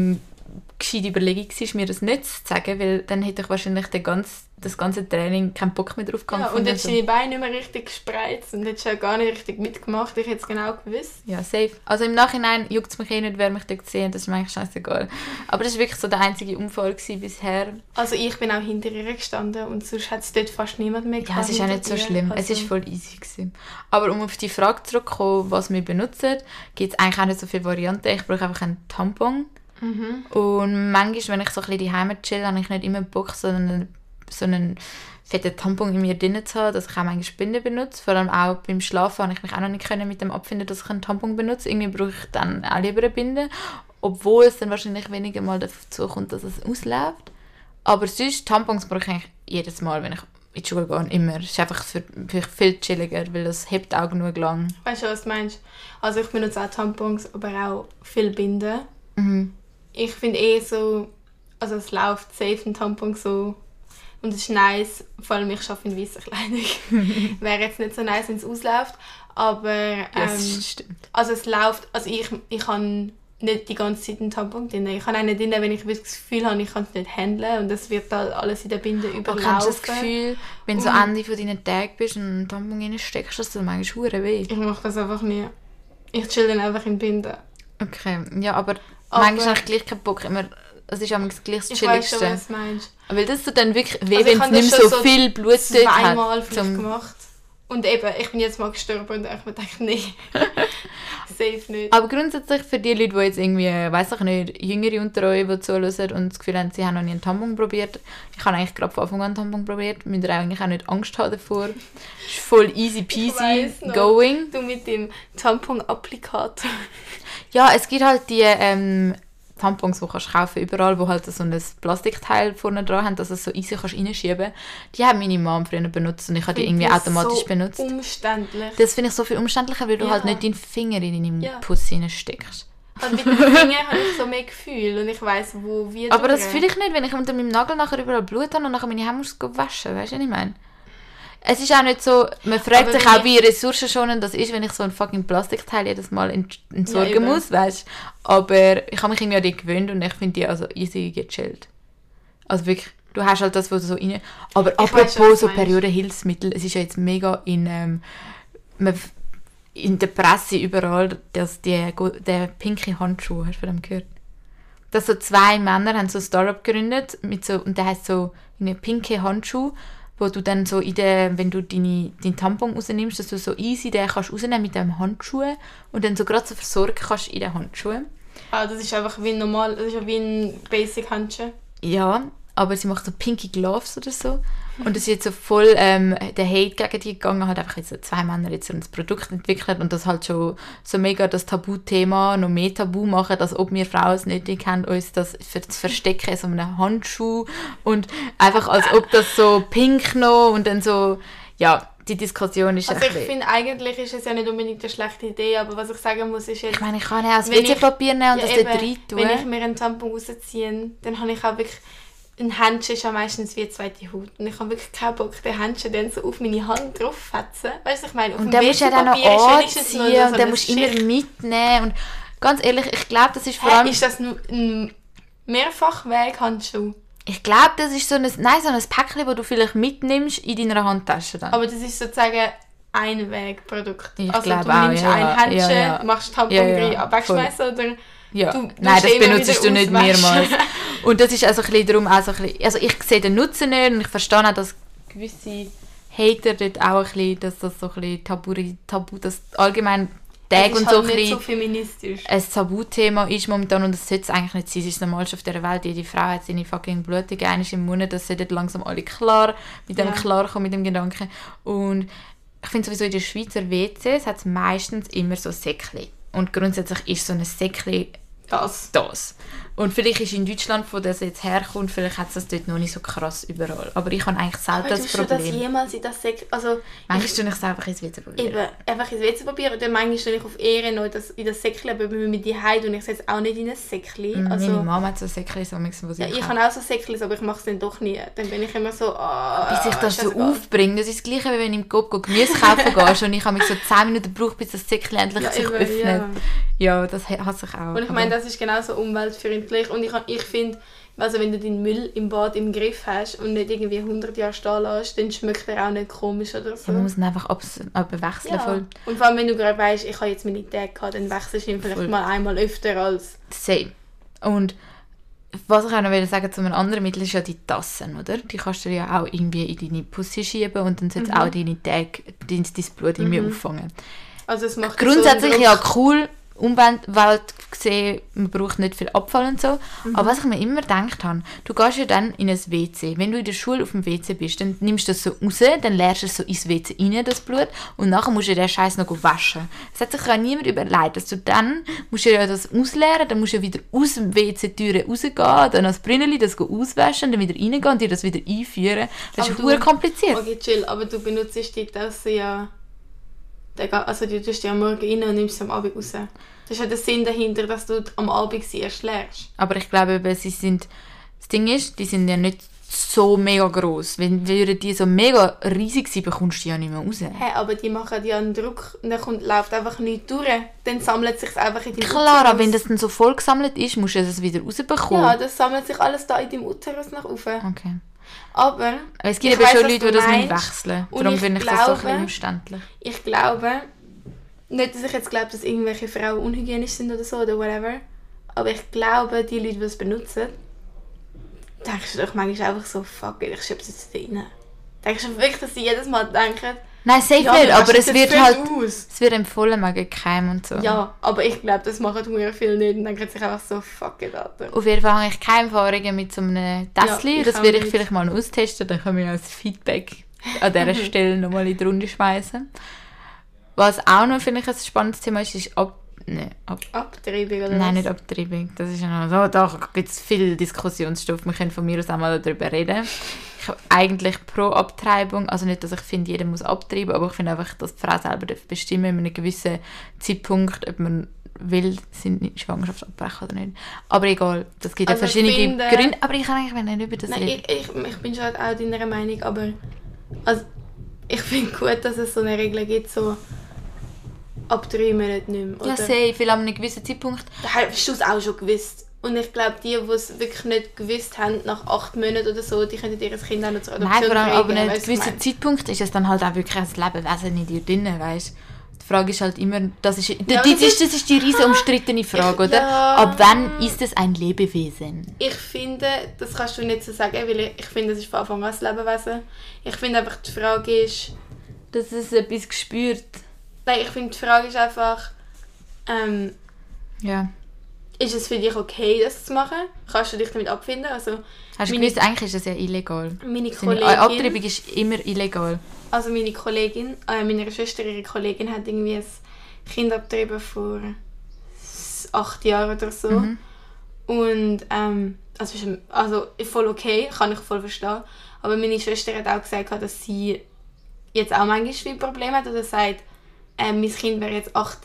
gescheite Überlegung war, mir das nicht zu sagen, weil dann hätte ich wahrscheinlich den ganz, das ganze Training keinen Bock mehr drauf gehabt. Ja, und jetzt sind deine Beine nicht mehr richtig gespreizt und hättest ja gar nicht richtig mitgemacht. Ich hätte es genau gewusst. Ja, safe. Also im Nachhinein juckt es mich eh nicht, wer mich dort gesehen hat, das ist mir eigentlich scheißegal. Aber das war wirklich so der einzige Unfall gewesen bisher. Also ich bin auch hinter ihr gestanden und sonst hat es dort fast niemand mehr gehabt. Ja, es ist auch nicht so schlimm. Also es war voll easy gewesen. Aber um auf die Frage zurückzukommen, was wir benutzen, gibt es eigentlich auch nicht so viele Varianten. Ich brauche einfach einen Tampon. Mhm. Und manchmal, wenn ich so ein bisschen die Heimat chill, habe ich nicht immer Bock, so einen, so einen fetten Tampon in mir drin zu haben, dass ich auch manchmal Binden benutze. Vor allem auch beim Schlafen habe ich mich auch noch nicht mit dem abfinden, dass ich einen Tampon benutze. Irgendwie brauche ich dann auch lieber eine Binde, obwohl es dann wahrscheinlich weniger mal dazu kommt, dass es ausläuft. Aber sonst, Tampons brauche ich eigentlich jedes Mal, wenn ich in die Schule gehe, immer. Es ist einfach für, für viel chilliger, weil das hebt auch genug lang. Weißt du, was du meinst? Also ich benutze auch Tampons, aber auch viel Binden. Mhm. Ich finde eh so, also es läuft safe ein Tampon so und es ist nice, vor allem ich arbeite in weißer Kleidung. Wäre jetzt nicht so nice, wenn es ausläuft, aber ähm, das stimmt. Also es läuft, also ich, ich habe nicht die ganze Zeit einen Tampon drin. Ich habe auch nicht drin, wenn ich das Gefühl habe, ich kann es nicht handeln und das wird dann alles in der Binde überlaufen. Hast du das Gefühl, wenn du am Ende von deinen Tagen bist und einen Tampon reinsteckst, dass du manchmal verdammt weh? Ich mache das einfach nie. Ich chill dann einfach in Binde. Okay, ja, aber... Aber manchmal habe ich gleich keinen Bock. Immer, es ist am gleich das ich Chilligste. Ich weiß schon, was du meinst. Weil das tut dann wirklich weh, also wenn es nicht mehr so, so viel Blut dort hat. Zweimal vielleicht gemacht. Und eben, ich bin jetzt mal gestorben und ich mir gedacht, nee, safe nicht. Aber grundsätzlich für die Leute, die jetzt irgendwie, weiss ich nicht, Jüngere unter euch, die zuhören und das Gefühl haben, sie haben noch nie einen Tampon probiert. Ich habe eigentlich gerade von Anfang an einen Tampon probiert. Müsst ihr eigentlich auch nicht Angst haben davor. Es ist voll easy peasy going. Du mit dem Tampon-Applikator. Ja, es gibt halt die ähm, Tampons, die du kaufen kannst überall, wo halt so ein Plastikteil vorne dran haben, dass du es so easy kannst reinschieben kannst. Die hat meine Mom früher benutzt und ich habe die irgendwie automatisch so benutzt. Umständlich. Das finde ich so viel umständlicher, weil du ja. halt nicht deinen Finger in deinen ja. Puss reinsteckst. Also mit dem Finger habe ich so mehr Gefühl und ich weiss, wo wir Aber das fühle ich nicht, wenn ich unter meinem Nagel nachher überall Blut habe und nachher meine Hände muss waschen. Weißt du, was ich meine? Es ist auch nicht so, man fragt aber sich auch, wie ressourcenschonend das ist, wenn ich so ein fucking Plastikteil jedes Mal entsorgen ja, muss, weißt. Aber ich habe mich irgendwie an die gewöhnt und ich finde die also easy gechillt. Also wirklich, du hast halt das, was du so rein... Aber ich apropos schon, so Periodenhilfsmittel, es ist ja jetzt mega in, ähm, in der Presse überall, dass die, der pinke Handschuh, hast du von dem gehört? Dass so zwei Männer haben so ein Startup gegründet mit so, und der heisst so eine pinke Handschuh, wo du dann so in der, wenn du deine, deinen Tampon rausnimmst, dass du so easy den kannst rausnehmen mit dem Handschuh und dann so gerade so versorgen kannst in den Handschuhen. Ah, das ist einfach wie ein normal, das ist ja wie ein Basic Handschuh. Ja, aber sie macht so pinky Gloves oder so. Und es ist jetzt so voll ähm, der Hate gegen die gegangen, halt einfach jetzt so zwei Männer jetzt so ein Produkt entwickelt und das halt schon so mega das Tabuthema noch mehr tabu machen, als ob wir Frauen es nötig haben, uns das für zu verstecken in so einem Handschuh und einfach als ob das so pink noch und dann so, ja, die Diskussion ist also ich finde, eigentlich ist es ja nicht unbedingt eine schlechte Idee, aber was ich sagen muss, ist jetzt... Ich meine, ich kann ja auch das W C-Papier nehmen und ja, das dort rein tun. Wenn ich mir einen Tampon rausziehe, dann habe ich auch wirklich... Ein Händchen ist ja meistens wie eine zweite Haut. Und ich habe wirklich keinen Bock, den Händchen dann so auf meine Hand drauf zu fetzen. Weißt du, ich meine, auf und dann musst du ja dann noch anziehen und dann musst du immer mitnehmen. Und ganz ehrlich, ich glaube, das ist vor allem... Hey, ist das ein, ein Mehrfachweg-Handschuh? Ich glaube, das ist so ein, nein, so ein Päckchen, das du vielleicht mitnimmst in deiner Handtasche dann. Aber das ist sozusagen ein Wegprodukt. Ich also glaube du auch, nimmst ja, ein Händchen, ja, ja. machst Tampon ja, ja, rein, wegschmeißen oder... Ja. Du, du Nein, das benutzt du nicht auswaschen. mehrmals. Und das ist also ein bisschen darum auch so ein bisschen, also ich sehe den Nutzen nicht und ich verstehe auch, dass gewisse Hater dort auch ein bisschen, dass das so ein bisschen tabu, tabu das allgemein Tag und halt so ein bisschen so feministisch. Ein Tabuthema ist momentan und das sollte es eigentlich nicht sein. Es ist das Normalste auf dieser Welt. Jede Frau hat seine fucking Blutung einmal im Monat. Das sollten langsam alle klar mit dem ja. klarkommen, mit dem Gedanken. Und ich finde sowieso in den Schweizer W Cs hat es meistens immer so Säckchen. Und grundsätzlich ist so ein Säckchen das. das. Und vielleicht ist in Deutschland, wo das jetzt herkommt, vielleicht hat es das dort noch nicht so krass überall. Aber ich habe eigentlich selten das Problem. Aber du das jemals in das Säckchen... Also, manchmal tue ich es einfach ins W C probieren. Eben, einfach ins W C probieren. Und dann manchmal tue ich auf Ehre noch das, in das Säckchen, aber mit die Heide und ich setze auch nicht in ein Säckchen. Also, meine Mama hat so ein Säckchen, so wo sie ja, ich habe auch so Säckchen, aber ich mache es dann doch nie. Dann bin ich immer so... Oh, bis ich das so aufbringe. Das ist das Gleiche, wie wenn du im Coop Gemüse kaufen gehst und ich habe mich so zehn Minuten gebraucht, bis das Säckchen endlich ja, sich eben, öffnet. Ja. Ja, das hasse ich auch. Und ich meine, das ist genauso umweltfreundlich wirklich. Und ich, ich finde, also wenn du deinen Müll im Bad im Griff hast und nicht irgendwie hundert Jahre stehen lässt, dann schmeckt er auch nicht komisch oder so. Man muss ihn einfach abs- wechseln. Ja. Voll. Und vor allem, wenn du gerade weißt, ich habe jetzt meine Tage gehabt, dann wechselst du ihn vielleicht voll. Mal einmal öfter als... Same. Und was ich auch noch will sagen zu einem anderen Mittel ist ja die Tassen, oder? Die kannst du ja auch irgendwie in deine Pussy schieben und dann sollte mhm. auch deine Tage, dein, dein Blut irgendwie mhm. auffangen. Also es macht grundsätzlich so ja cool, Umwelt gesehen, man braucht nicht viel Abfall und so. Mhm. Aber was ich mir immer gedacht habe, du gehst ja dann in ein W C. Wenn du in der Schule auf dem W C bist, dann nimmst du das so raus, dann leerst du es so ins W C rein, das Blut, und nachher musst du den Scheiß noch waschen. Es hat sich ja niemand überlegt, dass du dann musst du ja das ausleeren, dann musst du ja wieder aus dem W C-Türe rausgehen, dann als Brünneli das auswaschen, dann wieder reingehen und dir das wieder einführen. Das aber ist verdammt kompliziert. Okay, chill, aber du benutzt die Tasse ja... Also du tust die am Morgen rein und nimmst sie am Abend raus. Das ist ja der Sinn dahinter, dass du am Abend sie erst leerst. Aber ich glaube, sie sind, das Ding ist, die sind ja nicht so mega gross. Wenn würden die so mega riesig sein, bekommst du die ja nicht mehr raus. Hey, aber die machen ja einen Druck und dann kommt, läuft einfach nichts durch. Dann sammelt es sich einfach in deinem Uterus. Klar, aber wenn das dann so voll gesammelt ist, musst du es wieder rausbekommen. Ja, das sammelt sich alles da in deinem Uterus nach oben. Okay. Aber es gibt aber schon Leute, die das nicht wechseln. Darum finde ich, ich das so ein bisschen umständlich. Ich glaube, nicht, dass ich jetzt glaube, dass irgendwelche Frauen unhygienisch sind oder so oder whatever, aber ich glaube, die Leute, die es benutzen, denkst du doch manchmal einfach so, fuck it, ich schiebe es jetzt rein. Denkst du wirklich, dass sie jedes Mal denken, nein, safe ja, nicht, aber es wird halt aus. Es wird empfohlen wegen Keim und so. Ja, aber ich glaube, das machen sehr viele nicht und denken sich einfach so, fuck it, Alter. Auf jeden Fall habe ich keine Erfahrungen mit so einem Tässchen. Ja, das werde ich nicht. Vielleicht mal austesten, dann können wir als Feedback an dieser Stelle nochmal in die Runde schmeißen. Was auch noch, finde ich, ein spannendes Thema ist, ist Ab... Nee, Ab... Abtreibung oder Nein, was? nicht Abtreibung. Das ist ja noch so, da gibt es viel Diskussionsstoff. Wir können von mir aus auch mal darüber reden. Ich habe eigentlich pro Abtreibung, also nicht, dass ich finde, jeder muss abtreiben, aber ich finde einfach, dass die Frau selber bestimmen in einem gewissen Zeitpunkt, ob man will, seine Schwangerschaft abbrechen oder nicht. Aber egal, das gibt also ja verschiedene finde, Gründe, aber ich kann eigentlich nicht über das nein, reden. Ich, ich, ich bin schon auch deiner Meinung, aber also, ich finde gut, dass es so eine Regel gibt, so ab drei Monaten nicht mehr. Oder? Ja, sehr, weil an einem gewissen Zeitpunkt... Da hast du es auch schon gewusst. Und ich glaube, die, die es wirklich nicht gewusst haben, nach acht Monaten oder so, die können ihr Kind auch noch zur Adoption kriegen. Nein, vor allem, aber an einem gewissen Zeitpunkt ist es dann halt auch wirklich ein Lebewesen in dir drin, weißt? Die Frage ist halt immer, das ist, ja, das, das, ist, das ist die riesen umstrittene Frage, ich, oder? Ja, ab wann ist es ein Lebewesen? Ich finde, das kannst du nicht so sagen, weil ich, ich finde, es ist von Anfang an ein Lebewesen. Ich finde einfach, die Frage ist... Dass es etwas spürt. Nein, ich finde, die Frage ist einfach... Ähm, ja. Ist es für dich okay, das zu machen? Kannst du dich damit abfinden? Also, hast du gewusst, eigentlich ist das ja illegal. Meine Kollegin... Abtreibung ist immer illegal. Also meine Kollegin, äh, meine Schwester, ihre Kollegin, hat irgendwie ein Kind abgetrieben vor acht Jahren oder so. Mhm. Und ähm, also, ist, also voll okay, kann ich voll verstehen. Aber meine Schwester hat auch gesagt, dass sie jetzt auch manchmal ein Problem hat oder sagt, äh, mein Kind wäre jetzt acht.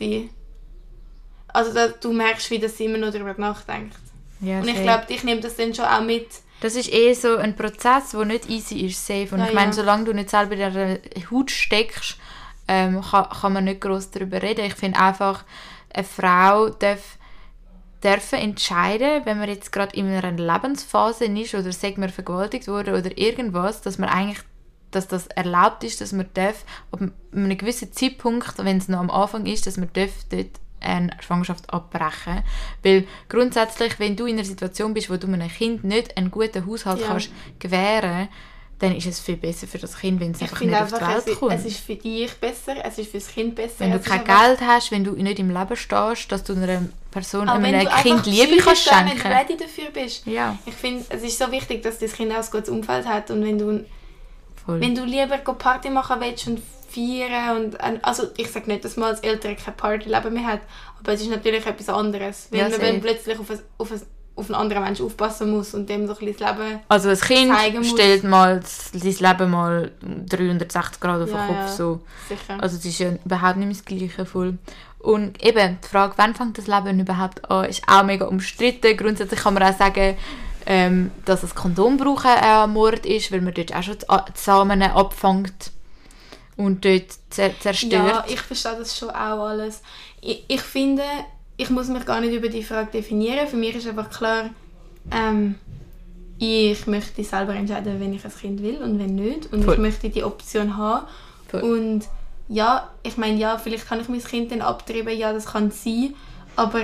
Also da, du merkst, wie das sie immer noch darüber nachdenkt. Ja, und ich glaube, ich nehme das dann schon auch mit. Das ist eh so ein Prozess, der nicht easy ist, safe. Und ja, ich meine, ja. solange du nicht selber in der Haut steckst, ähm, kann, kann man nicht gross darüber reden. Ich finde einfach, eine Frau darf dürfen entscheiden, wenn man jetzt gerade in einer Lebensphase ist oder sagt man vergewaltigt wurde oder irgendwas, dass man eigentlich, dass das erlaubt ist, dass man darf, ab einem gewissen Zeitpunkt, wenn es noch am Anfang ist, dass man darf dort eine Schwangerschaft abbrechen. Weil grundsätzlich, wenn du in einer Situation bist, wo du einem Kind nicht einen guten Haushalt ja. kannst gewähren, dann ist es viel besser für das Kind, wenn es einfach nicht einfach, auf die Welt kommt. Es ist für dich besser, es ist für das Kind besser. Wenn du kein Geld hast, wenn du nicht im Leben stehst, dass du einer Person, aber einem Kind Liebe kannst schenken. Wenn du ready dafür bist. Ja. Ich finde, es ist so wichtig, dass das Kind auch ein gutes Umfeld hat. Und wenn du, Voll. wenn du lieber Party machen willst und feiern und also ich sage nicht, dass man als Eltern kein Partyleben mehr hat, aber es ist natürlich etwas anderes, wenn ja, man wenn plötzlich auf, ein, auf, ein, auf einen anderen Menschen aufpassen muss und dem so ein bisschen das Leben also ein Kind stellt mal sein Leben mal dreihundertsechzig Grad auf den ja, Kopf ja, so. Sicher. Also es ist ja überhaupt nicht mehr das Gleiche voll. Und eben die Frage, wann fängt das Leben überhaupt an, ist auch mega umstritten. Grundsätzlich kann man auch sagen, ähm, dass das Kondombrauchen ein Mord ist, weil man dort auch schon die Samen abfängt und dort zer- zerstört. Ja, ich verstehe das schon auch alles. Ich, ich finde, ich muss mich gar nicht über die Frage definieren. Für mich ist einfach klar, ähm, ich möchte selber entscheiden, wenn ich ein Kind will und wenn nicht. Und Voll. Ich möchte die Option haben. Voll. Und ja, ich meine, ja, vielleicht kann ich mein Kind dann abtreiben, ja, das kann sein. Aber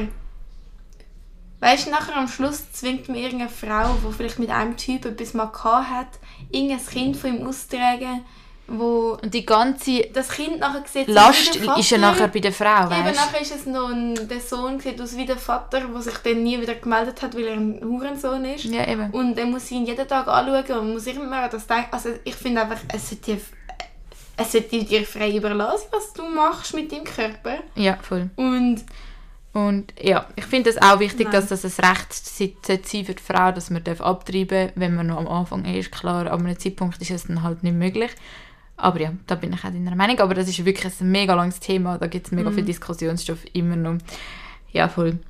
weißt du, nachher am Schluss zwingt mir irgendeine Frau, die vielleicht mit einem Typ etwas mal gehabt hat, irgendein Kind von ihm auszutragen, wo und die ganze das Kind nachher sieht Last ist ja nachher bei der Frau, weißt? Eben, nachher ist es noch ein, der Sohn sieht aus wie der Vater, der sich dann nie wieder gemeldet hat, weil er ein Hurensohn ist. Ja, eben. Und dann muss sie ihn jeden Tag anschauen und muss immer das denken. Also ich finde einfach, es sollte, dir, es sollte dir frei überlassen, was du machst mit deinem Körper. Ja, voll. Und Und ja, ich finde es auch wichtig, Nein. dass das ein Recht sein für die Frau, dass man abtreiben darf, wenn man noch am Anfang ist. Klar, ab einem Zeitpunkt ist es dann halt nicht möglich. Aber ja, da bin ich auch deiner Meinung. Aber das ist wirklich ein mega langes Thema. Da gibt es mega mm. viel Diskussionsstoff immer noch. Ja, voll.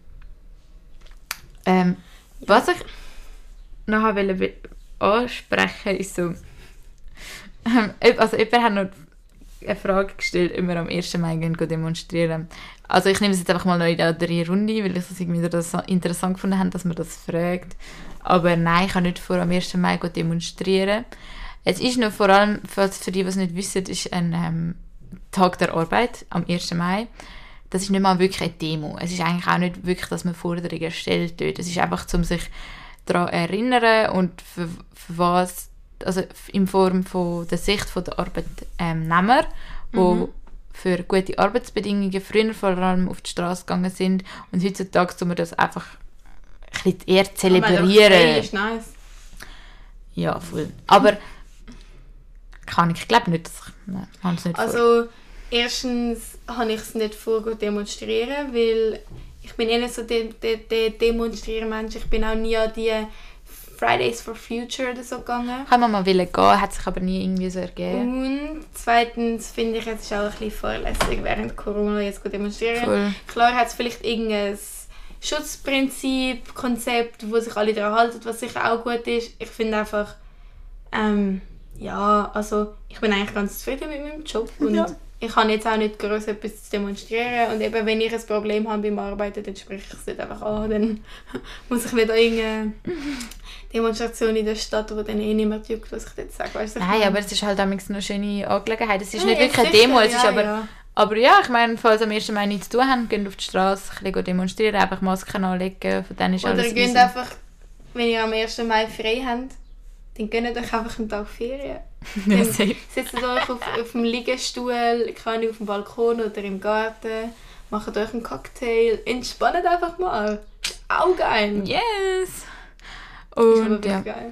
Ähm, ja. Was ich noch wollte ansprechen, ist so... Ähm, also jemand hat noch eine Frage gestellt, ob wir am ersten Mai gehen demonstrieren. Also ich nehme es jetzt einfach mal noch in der drei Runde, weil ich das irgendwie das interessant gefunden habe, dass man das fragt. Aber nein, ich kann nicht vor am ersten Mai demonstrieren. Es ist noch vor allem, für die, die es nicht wissen, ist ein ähm, Tag der Arbeit am ersten Mai. Das ist nicht mal wirklich eine Demo. Es ist eigentlich auch nicht wirklich, dass man Forderungen stellt dort. Es ist einfach, um sich daran zu erinnern und für, für was, also in Form von der Sicht der Arbeitnehmer, die mhm. für gute Arbeitsbedingungen früher vor allem auf die Straße gegangen sind. Und heutzutage tun wir das einfach ein bisschen eher zelebrieren. Das ist nice. Ja, voll. Aber kann ich, ich glaube nicht, dass ich nein, es nicht Also vor. Erstens habe ich es nicht vor, zu demonstrieren, weil ich bin eh nicht so der de, de Demonstrieren-Mensch. Ich bin auch nie an die Fridays for Future oder so gegangen. Kann man mal wollen gehen, hat sich aber nie irgendwie so ergeben. Und zweitens finde ich, es ist auch ein bisschen vorlässig, während Corona jetzt zu demonstrieren. Cool. Klar hat es vielleicht irgendein Schutzprinzip, Konzept, wo sich alle daran halten, was sicher auch gut ist. Ich finde einfach, ähm, ja, also ich bin eigentlich ganz zufrieden mit meinem Job und ja. ich kann jetzt auch nicht groß etwas zu demonstrieren und eben wenn ich ein Problem habe beim Arbeiten, dann spreche ich es nicht einfach an, dann muss ich nicht an irgendeine Demonstration in der Stadt, wo dann eh niemand juckt, was ich jetzt sage. Weißt du, Nein, aber es ist halt eine schöne Angelegenheit. Es ist ja, nicht wirklich eine sicher, Demo, es ja, ist aber... Ja. Aber ja, ich meine, falls am ersten Mai nichts zu tun haben, gehen auf die Straße, ein bisschen demonstrieren, einfach Masken anlegen, von denen ist Oder alles gehen einfach, wenn ihr am ersten Mai frei habt, dann gönnt euch einfach einen Tag Ferien. Dann setzt euch auf, auf dem Liegestuhl, kann auf dem Balkon oder im Garten, macht euch einen Cocktail, entspannt einfach mal. Auch geil. Yes! Und ja. Geil.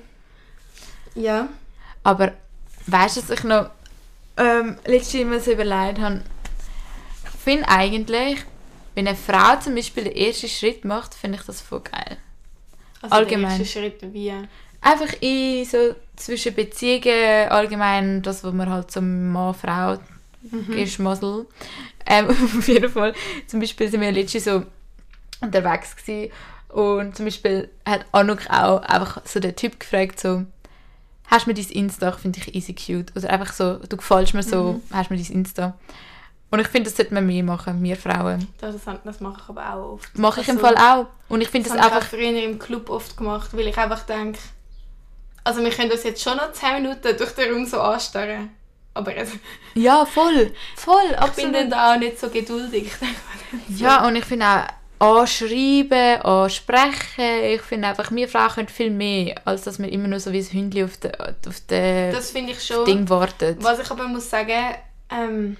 Ja. Aber weißt du, was ich noch ähm, letztens immer so überlegt habe? Ich finde eigentlich, wenn eine Frau zum Beispiel den ersten Schritt macht, finde ich das voll geil. Also allgemein. der erste Schritt wie? Einfach in so zwischen Beziehungen, allgemein das, was man halt zum Mann-Frau mhm. geschmussel. Ähm, auf jeden Fall. Zum Beispiel sind wir letztens so unterwegs gewesen und zum Beispiel hat Anouk auch einfach so den Typ gefragt, so, hast du mir dein Insta? Finde ich easy cute. Oder einfach so, du gefällst mir so, mhm. hast du mir dein Insta? Und ich finde, das sollte man mehr machen, wir Frauen. Das, das mache ich aber auch oft. Mache ich also, im Fall auch. Und ich finde das, das habe einfach... ich auch früher im Club oft gemacht, weil ich einfach denke, also wir können uns jetzt schon noch zehn Minuten durch den Raum so anstarren. Aber also, ja, voll. Voll, ich absolut. bin dann da auch nicht so geduldig. Ja, und ich finde auch anschreiben, ansprechen. Ich finde einfach, wir Frauen können viel mehr, als dass wir immer nur so wie ein Hündchen auf den auf de das finde ich schon. Ding warten. Was ich aber muss sagen, ähm,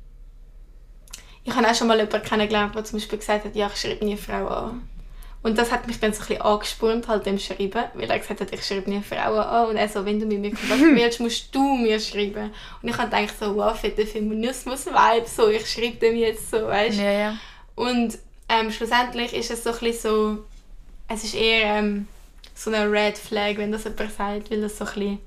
ich habe auch schon mal jemanden kennengelernt, der zum Beispiel gesagt hat, ja, ich schreibe nie eine Frau an. Und das hat mich dann so ein bisschen angespornt, halt dem Schreiben, weil er gesagt hat, ich schreibe nie Frauen an. Und er so, wenn du mit mir Kontakt willst, musst du mir schreiben. Und ich habe gedacht so, wow, fetter Feminismus-Vibe, so, ich schreibe dem jetzt so, weißt du. Ja, ja. Und ähm, schlussendlich ist es so ein bisschen so, es ist eher ähm, so eine Red Flag, wenn das jemand sagt, weil das so ein bisschen,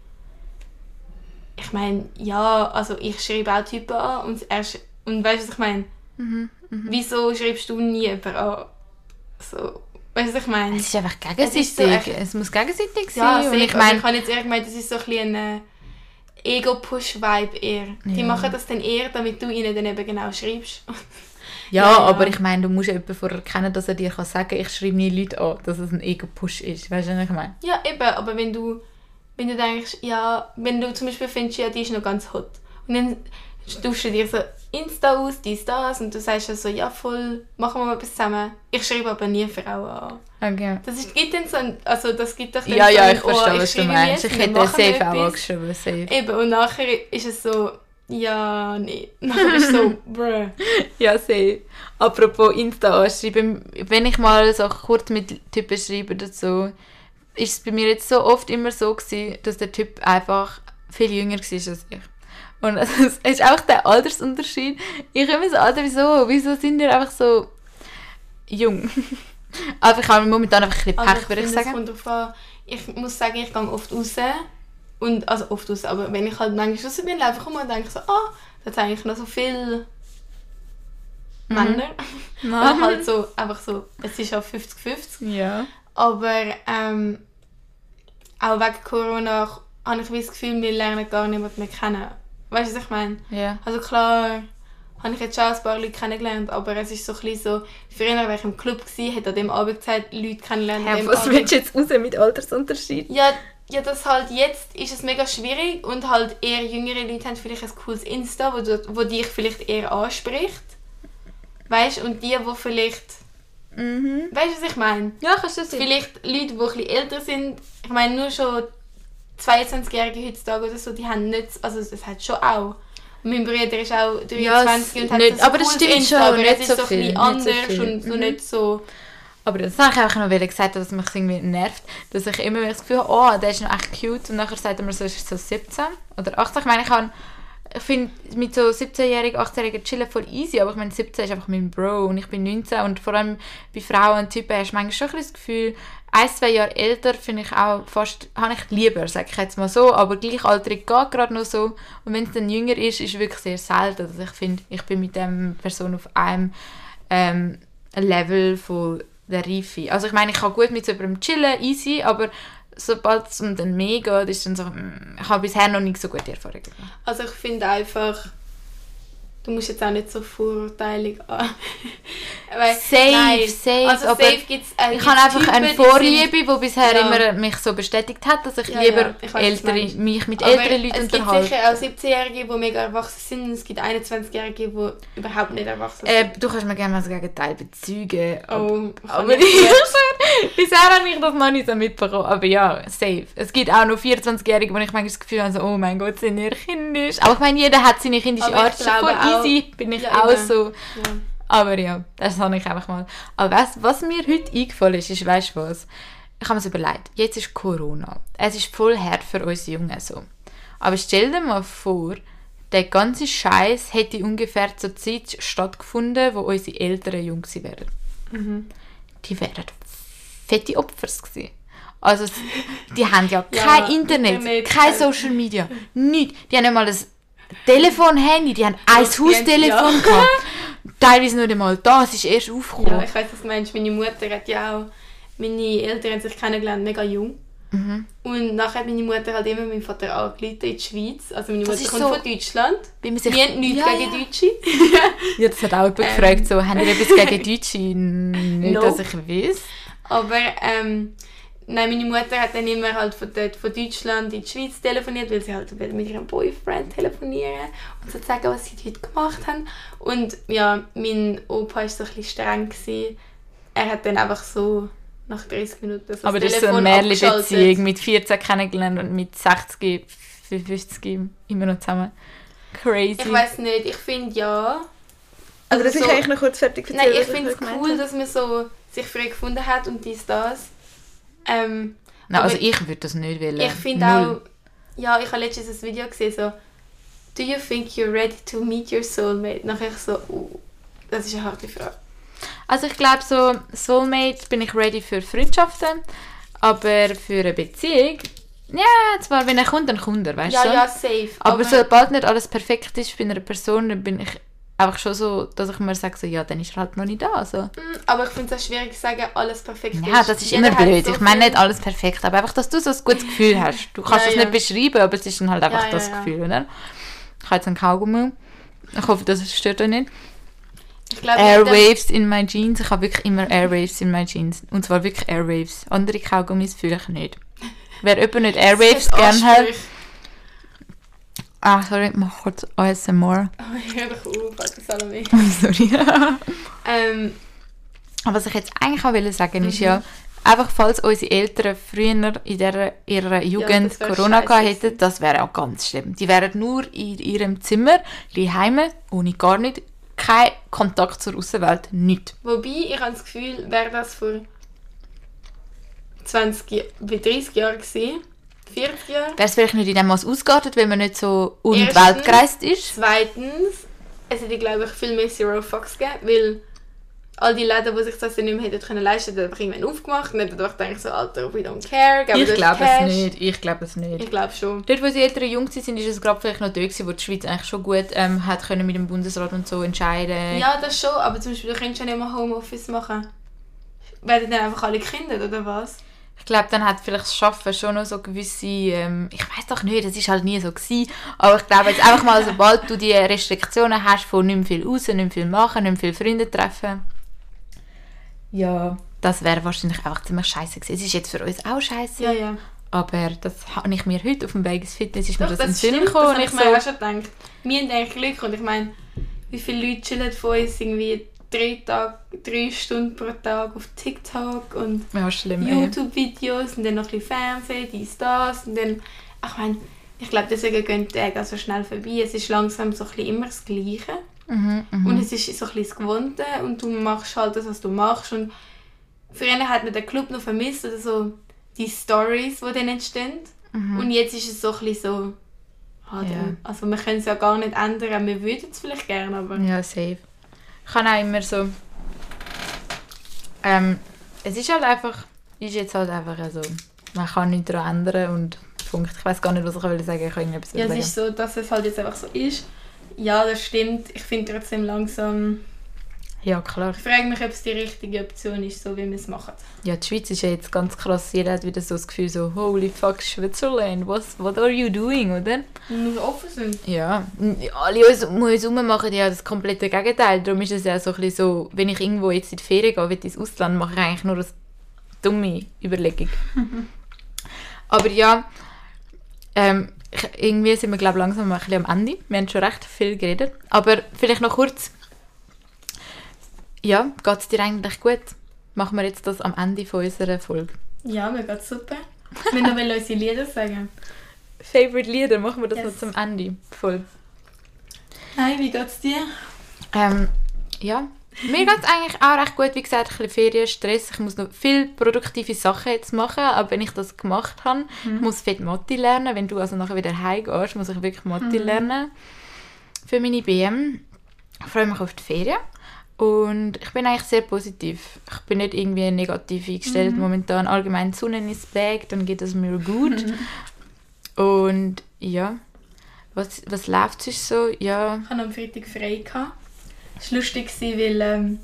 ich meine, ja, also ich schreibe auch Typen an und, er sch- und weißt du, was ich meine? Mhm, mh. Wieso schreibst du nie jemanden an? So. Weißt du, was ich meine? Es ist einfach gegenseitig. Es, so echt, es muss gegenseitig sein. Ja, und ich, ich meine, ich habe jetzt eher gemeint, das ist so ein bisschen ein Ego-Push-Vibe eher. Die ja. machen das dann eher, damit du ihnen dann eben genau schreibst. Ja, Ja, ja. aber ich meine, du musst jemanden vorher kennen, dass er dir kann sagen kann, ich schreibe nie Leute an, dass es ein Ego-Push ist. Weißt du, was ich meine? Ja, eben, aber wenn du, wenn du denkst, ja, wenn du zum Beispiel findest, ja, die ist noch ganz hot. Und dann tust du dir so Insta aus, dies, das, und du sagst dann so, ja voll, machen wir mal etwas zusammen. Ich schreibe aber nie Frauen an. Okay. Das ist, gibt dann so ein, also das gibt doch dann Ja, so ja, ein, ich verstehe, oh, was du schreibe meinst. jetzt Ich und dann hätte machen wir safe auch etwas. angeschrieben, safe. Eben, und nachher ist es so, ja, nee. Nachher bist du so, bruh. Ja, safe. Apropos Insta anschreiben, wenn ich mal so kurz mit Typen schreibe oder so, ist es bei mir jetzt so oft immer so gewesen, dass der Typ einfach viel jünger war als ich. Und es ist auch der Altersunterschied. Ich habe mir so, Alter, wieso? Wieso sind ihr einfach so jung? Aber ich habe momentan einfach ein bisschen Pech, Also würde ich finde, es sagen. kommt drauf an. Ich muss sagen, ich gehe oft raus. Und, also oft raus, aber wenn ich halt manchmal raus bin, laufe ich um und denke so, ah, da sind eigentlich noch so viele Männer. Oder halt so, einfach so, es ist auch fünfzig fünfzig. Ja. Aber ähm, auch wegen Corona habe ich das Gefühl, wir lernen gar niemanden mehr kennen. Weißt du, was ich meine? Ja. Also klar, habe ich jetzt schon ein paar Leute kennengelernt, aber es ist so ein bisschen so, früher war ich im Club, gewesen, hat an dem Abend gesagt, Leute kennenlernen. an Ja, dem was Abend. willst du jetzt raus mit Altersunterschied? Ja, ja, das halt jetzt ist es mega schwierig und halt eher jüngere Leute haben vielleicht ein cooles Insta, wo, du, wo dich vielleicht eher anspricht. Weißt du, und die, die vielleicht... Mhm. Weißt du, was ich meine? Ja, kannst du das sehen. Vielleicht Leute, die ein bisschen älter sind, ich meine nur schon zweiundzwanzigjährige heutzutage oder so, die haben nicht... Also das hat schon auch. Und mein Bruder ist auch dreiundzwanzig und hat nicht- so ein aber das cooles stimmt Insta, schon, aber nicht es ist so so ein viel, bisschen nicht so anders viel. und so Mhm. nicht so... Aber das habe ich einfach noch gesagt, dass mich irgendwie nervt, dass ich immer das Gefühl habe, oh, der ist noch echt cute und nachher sagt er mir so, ist so siebzehn oder achtzehn. Ich meine, ich, habe, ich finde mit so siebzehnjährigen, achtzehnjährigen chillen voll easy, aber ich meine, siebzehn ist einfach mein Bro und ich bin neunzehn und vor allem bei Frauen und Typen hast du manchmal schon ein bisschen das Gefühl, ein, zwei Jahre älter finde ich auch fast, habe ich lieber, sage ich jetzt mal so, aber gleichaltrig geht gerade noch so und wenn es dann jünger ist, ist es wirklich sehr selten, also ich finde, ich bin mit der Person auf einem ähm, Level von der Reife. Also ich meine, ich kann gut mit so jemandem chillen, easy, aber sobald es um den mehr geht, ist dann so, mm, ich habe bisher noch nicht so gute Erfahrungen gemacht. Also ich finde einfach, du musst jetzt auch nicht so vorurteilig an. Weil, Safe, nein, safe, also aber safe gibt's, äh, Ich gibt's habe einfach Typen, eine die Vorliebe, die bisher Ja. immer mich so bestätigt hat, dass ich Ja, lieber ja, ich weiss, was du ältere, meinst. mich mit Aber älteren Leuten es gibt unterhalte. sicher auch siebzehnjährige, die mega erwachsen sind und es gibt einundzwanzigjährige, die überhaupt nicht erwachsen Äh, sind. du kannst mir gerne mal das Gegenteil bezeugen. Oh, Aber ich, bisher habe ich das noch nicht so mitbekommen. Aber ja, safe. Es gibt auch noch vierundzwanzigjährige, wo ich manchmal das Gefühl habe, so, oh mein Gott, sind ihr kindisch. Aber ich meine, jeder hat seine kindische Aber ich Art. Schon voll glaube auch- easy, bin ich Ja, auch eben. so. Ja. Aber ja, das habe ich einfach mal. Aber weißt, was mir heute eingefallen ist, ist, weißt du was? Ich habe mir so überlegt, jetzt ist Corona. Es ist voll hart für uns Jungen so. Aber stell dir mal vor, der ganze Scheiß hätte ungefähr zur Zeit stattgefunden, wo unsere Eltern jung gewesen wären. Mhm. Die wären fette Opfer gewesen. Also, s- die haben ja Ja, kein Internet, Internet, kein kein- Social Media, nichts. Die haben nicht mal ein Telefon, Handy, die haben ein Ja, die haben- Haustelefon ja. gehabt. Teilweise nicht einmal das, ist erst aufgekommen. Ja, ich weiß, was du meinst. Meine Mutter hat ja auch, meine Eltern haben sich kennengelernt, mega jung. Mhm. Und nachher hat meine Mutter halt immer meinen Vater angerufen in die Schweiz. Also meine Das Mutter ist kommt so- von Deutschland. Bin mir sicher- Wir haben nichts Ja, gegen ja. Deutsche. Ja, das hat auch jemand Ähm, gefragt, so, haben ihr etwas gegen Deutsche? Nicht, No. dass ich weiß. Aber ähm, nein, meine Mutter hat dann immer halt von, dort, von Deutschland in die Schweiz telefoniert, weil sie halt will mit ihrem Boyfriend telefonieren und so sagen, was sie heute gemacht haben. Und ja, mein Opa war so ein bisschen streng gewesen. Er hat dann einfach so nach dreißig Minuten so Aber das ist so Telefon eine abgeschaltet. Märchenbeziehung mit vierzehn kennengelernt und mit sechzig, fünfzig immer noch zusammen. Crazy. Ich weiß nicht, ich finde ja. Also das so- ist eigentlich noch kurz fertig Nein, ich was finde es gemeint cool, habe. dass man so sich früh gefunden hat und dies, das. Ähm, Nein, also aber ich würde das nicht wollen. ich finde Null. auch, ja, ich habe letztens ein Video gesehen, so, do you think you're ready to meet your soulmate? Nachher ich so, uh, das ist eine harte Frage. Also ich glaube so, Soulmate bin ich ready für Freundschaften, aber für eine Beziehung, ja, zwar wenn er kommt, dann kommt er, weißt du? Ja, so. ja, safe. Aber, sobald nicht alles perfekt ist bei einer Person, dann bin ich einfach schon so, dass ich mir sage, so, ja, dann ist er halt noch nicht da. So. Mm, aber ich finde es auch schwierig zu sagen, alles perfekt Ja, das ist Jeder immer hat blöd. so Ich meine viel- nicht alles perfekt, aber einfach, dass du so ein gutes Gefühl hast. Du kannst Ja, es ja. nicht beschreiben, aber es ist dann halt einfach Ja, ja, das ja. Gefühl, oder? Ich habe jetzt einen Kaugummi. Ich hoffe, das stört euch nicht. Ich glaub, Airwaves in my jeans. Ich habe wirklich immer Airwaves in my jeans. Und zwar wirklich Airwaves. Andere Kaugummis fühle ich nicht. Wer jemand nicht Airwaves gerne hat... Ah, sorry, ich mache kurz A S M R. Oh, ich höre doch auf, Alter Salome. Sorry. ähm, Was ich jetzt eigentlich auch will sagen ist ja, einfach falls unsere Eltern früher in der, ihrer Jugend ja, Corona gehabt hätten, das wäre auch ganz schlimm. Die wären nur in ihrem Zimmer, daheim, ohne gar nicht, kein Kontakt zur Außenwelt, nichts. Wobei, ich habe das Gefühl, wäre das vor zwanzig, dreißig Jahren gewesen, vierzig Jahren. Wäre es vielleicht nicht in dem Maß ausgeartet, weil man nicht so um die Erstens, Welt gereist ist? Zweitens, es hätte, glaube ich, viel mehr Zero Fucks gegeben, weil all die Läden, die sich das nicht mehr hätten leisten können, haben irgendwann aufgemacht und dann dachte ich so, Alter, we don't care. Ich glaube es nicht, ich glaube es nicht. Ich glaube schon. Dort, wo die Eltern jung waren, ist es gerade vielleicht noch dort gewesen, wo die Schweiz eigentlich schon gut ähm, hat können mit dem Bundesrat und so entscheiden. Ja, das schon, aber zum Beispiel, du könntest ja nicht mehr Homeoffice machen. Werden dann einfach alle Kinder, oder was? Ich glaube, dann hat vielleicht das Arbeiten schon noch so gewisse, ähm, ich weiß doch nicht, das war halt nie so gewesen, aber ich glaube jetzt einfach mal, sobald du die Restriktionen hast von nicht mehr viel raus, nicht mehr viel machen, nicht mehr viele Freunde treffen, ja, das wäre wahrscheinlich einfach ziemlich scheiße gewesen. Es ist jetzt für uns auch scheiße, ja, ja. aber das habe ich mir heute auf dem Weg ins Fitness, ist Doch, mir das, das in den Sinn stimmt, gekommen. das Und ich ich mir so, auch schon gedacht. Wir haben eigentlich Glück und ich meine, wie viele Leute chillen von uns irgendwie drei, Tag, drei Stunden pro Tag auf TikTok und ja, schlimm, YouTube-Videos und dann noch ein bisschen Fernsehen, dies, das und dann, ich meine, ich glaube, deswegen gehen die Tage so schnell vorbei. Es ist langsam so ein bisschen immer das Gleiche. Mhm, mh. Und es ist so ein bisschen das Gewohnte und du machst halt das, was du machst. Und früher hat man den Club noch vermisst oder so die Stories, die dann entstehen. Mhm. Und jetzt ist es so ein bisschen so, ah, Ja. dann, also wir können es ja gar nicht ändern, wir würden es vielleicht gerne, aber... Ja, safe. Ich kann auch immer so... Ähm, es ist halt einfach... ist jetzt halt einfach so... Man kann nichts daran ändern und Punkt. Ich weiß gar nicht, was ich will sagen. Ich kann irgendetwas Ja, es sagen. ist so, dass es halt jetzt einfach so ist. Ja, das stimmt. Ich finde trotzdem langsam... Ja, klar. Ich frage mich, ob es die richtige Option ist, so wie wir es machen. Ja, die Schweiz ist ja jetzt ganz krass. Jeder hat wieder so das Gefühl so, holy fuck, Switzerland, was, what are you doing, oder? Wir müssen offen sind. Ja, alle uns, um uns herum machen ja das komplette Gegenteil. Darum ist es ja so ein bisschen so, wenn ich irgendwo jetzt in die Ferien gehe, will ins Ausland, mache ich eigentlich nur eine dumme Überlegung. Aber ja, ähm, ich, irgendwie sind wir glaube langsam ein bisschen am Ende. Wir haben schon recht viel geredet. Aber vielleicht noch kurz, ja, geht es dir eigentlich gut? Machen wir jetzt das am Ende von unserer Folge. Ja, mir geht's super. Wir noch unsere Lieder sagen. Favorite Lieder, machen wir das Yes. noch zum Ende. Voll. Hi, wie geht's dir? Ähm, ja, mir geht es eigentlich auch recht gut. Wie gesagt, ein bisschen Ferienstress. Ich muss noch viele produktive Sachen jetzt machen, aber wenn ich das gemacht habe, mhm. ich muss fett Mathe lernen. Wenn du also nachher wieder heimgehst, muss ich wirklich Mathe mhm. lernen für meine B M. Ich freue mich auf die Ferien. Und ich bin eigentlich sehr positiv. Ich bin nicht irgendwie negativ eingestellt mhm. momentan. Allgemein die Sonne ist back, dann geht es mir gut. Mhm. Und ja, was, was läuft sonst so? Ja. Ich hatte am Freitag frei. Es war lustig, weil ähm,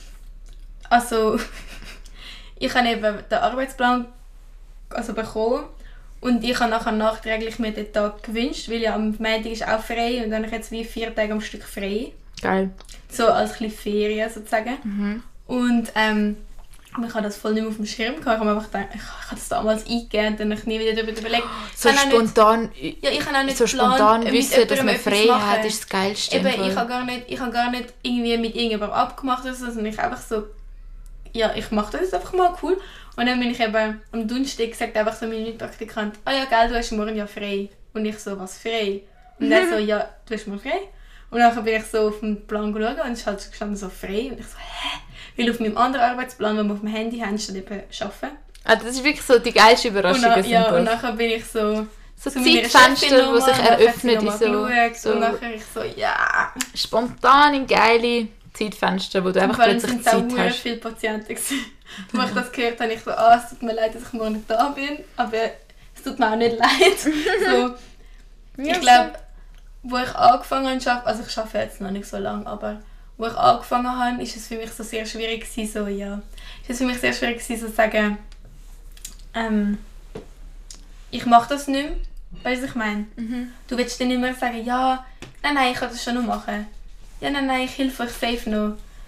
also, ich habe eben den Arbeitsplan also bekommen und ich habe nachher nachträglich mir den Tag gewünscht, weil ja am Montag ist auch frei und dann habe ich jetzt wie vier Tage am Stück frei. Geil. So als kleine Ferien sozusagen. Mhm. Und ähm, ich habe das voll nicht mehr auf dem Schirm gehabt. Ich habe mir einfach gedacht, ich habe das damals eingegeben und dann habe ich nie wieder darüber überlegt. So spontan, nicht, ja, ich habe auch nicht so spontan geplant, wissen, dass man frei hat, ist das Geilste. Eben, ich habe gar nicht, ich habe gar nicht irgendwie mit irgendjemandem abgemacht oder so, sondern ich einfach so, ja, ich mache das jetzt einfach mal, cool. Und dann bin ich eben am Donnerstag gesagt, einfach so meine Praktikant, ah ja, geil, du hast morgen ja frei. Und ich so, was frei? Und er so, ja, du hast morgen frei. Und dann bin ich so auf den Plan geschaut und es ist halt gestanden so frei. Und ich so, hä? Weil auf meinem anderen Arbeitsplan, den wir auf dem Handy haben, steht eben «Arbeiten». Ah, das ist wirklich so die geilste Überraschung. Und, na, ja, und nachher bin ich so... So Zeitfenster, die sich eröffnen. Die so, so, und nachher ich so, ja... Spontane, geile Zeitfenster, wo du einfach plötzlich Zeit hast. Und es waren viele Patienten. Als ich das gehört habe, ich so, ah, es tut mir leid, dass ich morgen nicht da bin, aber es tut mir auch nicht leid. So, ich ja, glaube, wo ich angefangen habe zu arbeiten, also ich arbeite jetzt noch nicht so lange, aber wo ich angefangen habe, ist es für mich so sehr schwierig gewesen, so, ja, ist es für mich sehr schwierig gewesen, so zu sagen, ähm, ich mache das nicht mehr, weißt du, was ich meine? Mhm. Du willst dann nicht mehr sagen, ja, nein, nein, ich kann das schon noch machen. Ja, nein, nein, ich helfe euch safe noch.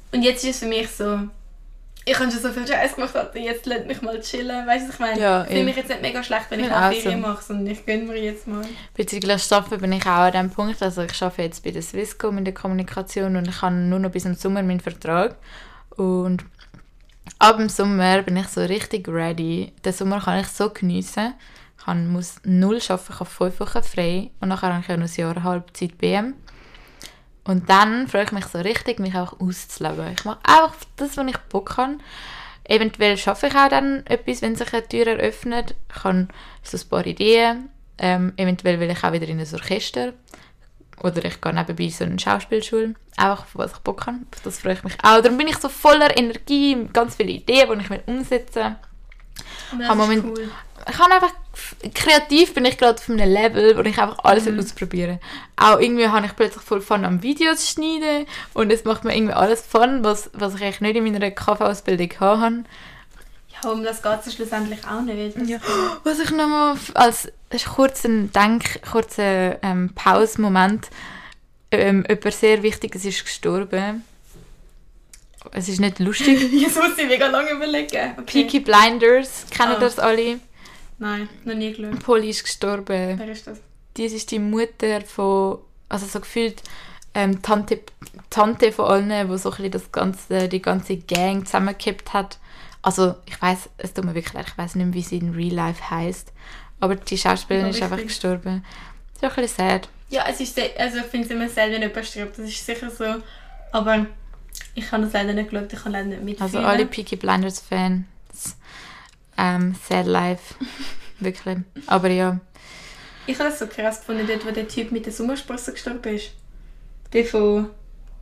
Und jetzt ist es für mich so, ich habe schon so viel Scheiß gemacht, Alter, jetzt lasst mich mal chillen. Weißt du, was ich meine? Ja, ich fühle mich jetzt nicht mega schlecht, wenn ich ja, auch Ferien so. mache, sondern ich gönne mir jetzt mal. Bezüglich Arbeiten bin ich auch an dem Punkt, also ich arbeite jetzt bei der Swisscom in der Kommunikation und ich habe nur noch bis zum Sommer meinen Vertrag. Und ab dem Sommer bin ich so richtig ready. Den Sommer kann ich so geniessen. Ich kann, muss null arbeiten, ich habe fünf Wochen frei und nachher habe ich ja noch ein Jahr Halbzeit B M. Und dann freue ich mich so richtig, mich auch auszuleben. Ich mache einfach das, was ich Bock habe. Eventuell schaffe ich auch dann etwas, wenn sich eine Tür eröffnet. Ich habe so ein paar Ideen. Ähm, eventuell will ich auch wieder in ein Orchester. Oder ich gehe nebenbei so in eine Schauspielschule. Einfach, was ich Bock habe. Auf das freue ich mich auch. Darum bin ich so voller Energie, mit ganz viele Ideen, die ich will umsetzen will. Das ist Moment, cool. Ich habe einfach, kreativ bin ich gerade auf einem Level, wo ich einfach alles mhm. ausprobieren. Auch irgendwie habe ich plötzlich voll Fun am Videos schneiden und es macht mir irgendwie alles Fun, was, was ich eigentlich nicht in meiner K V-Ausbildung hatte. Ja, um das geht es schlussendlich auch nicht. Ja. Was ich nochmal als kurzen Denk, kurzen ähm, Pause-Moment, ähm, jemand sehr Wichtiges ist gestorben. Es ist nicht lustig. Jetzt muss ich mega lange überlegen. Okay. Peaky Blinders, kennen oh. das alle? Nein, noch nie geschaut. Polly ist gestorben. Wer ist das? Dies ist die Mutter von, also so gefühlt ähm, Tante, Tante von allen, die so ein bisschen das ganze, die ganze Gang zusammengekippt hat. Also ich weiss, es tut mir wirklich leid, ich weiss nicht mehr, wie sie in Real Life heisst. Aber die Schauspielerin ja, ist einfach gestorben. Das ist auch ein bisschen sad. Ja, es ist sehr, also ich finde es immer sad, wenn jemand stirbt. Das ist sicher so. Aber ich habe das leider nicht geschaut, ich kann leider nicht mitfühlen. Also alle Peaky Blinders Fans, ähm, sad life. Wirklich. Aber ja. Ich habe das so krass gefunden, dort, wo der Typ mit der Sommersprosse gestorben ist. Der von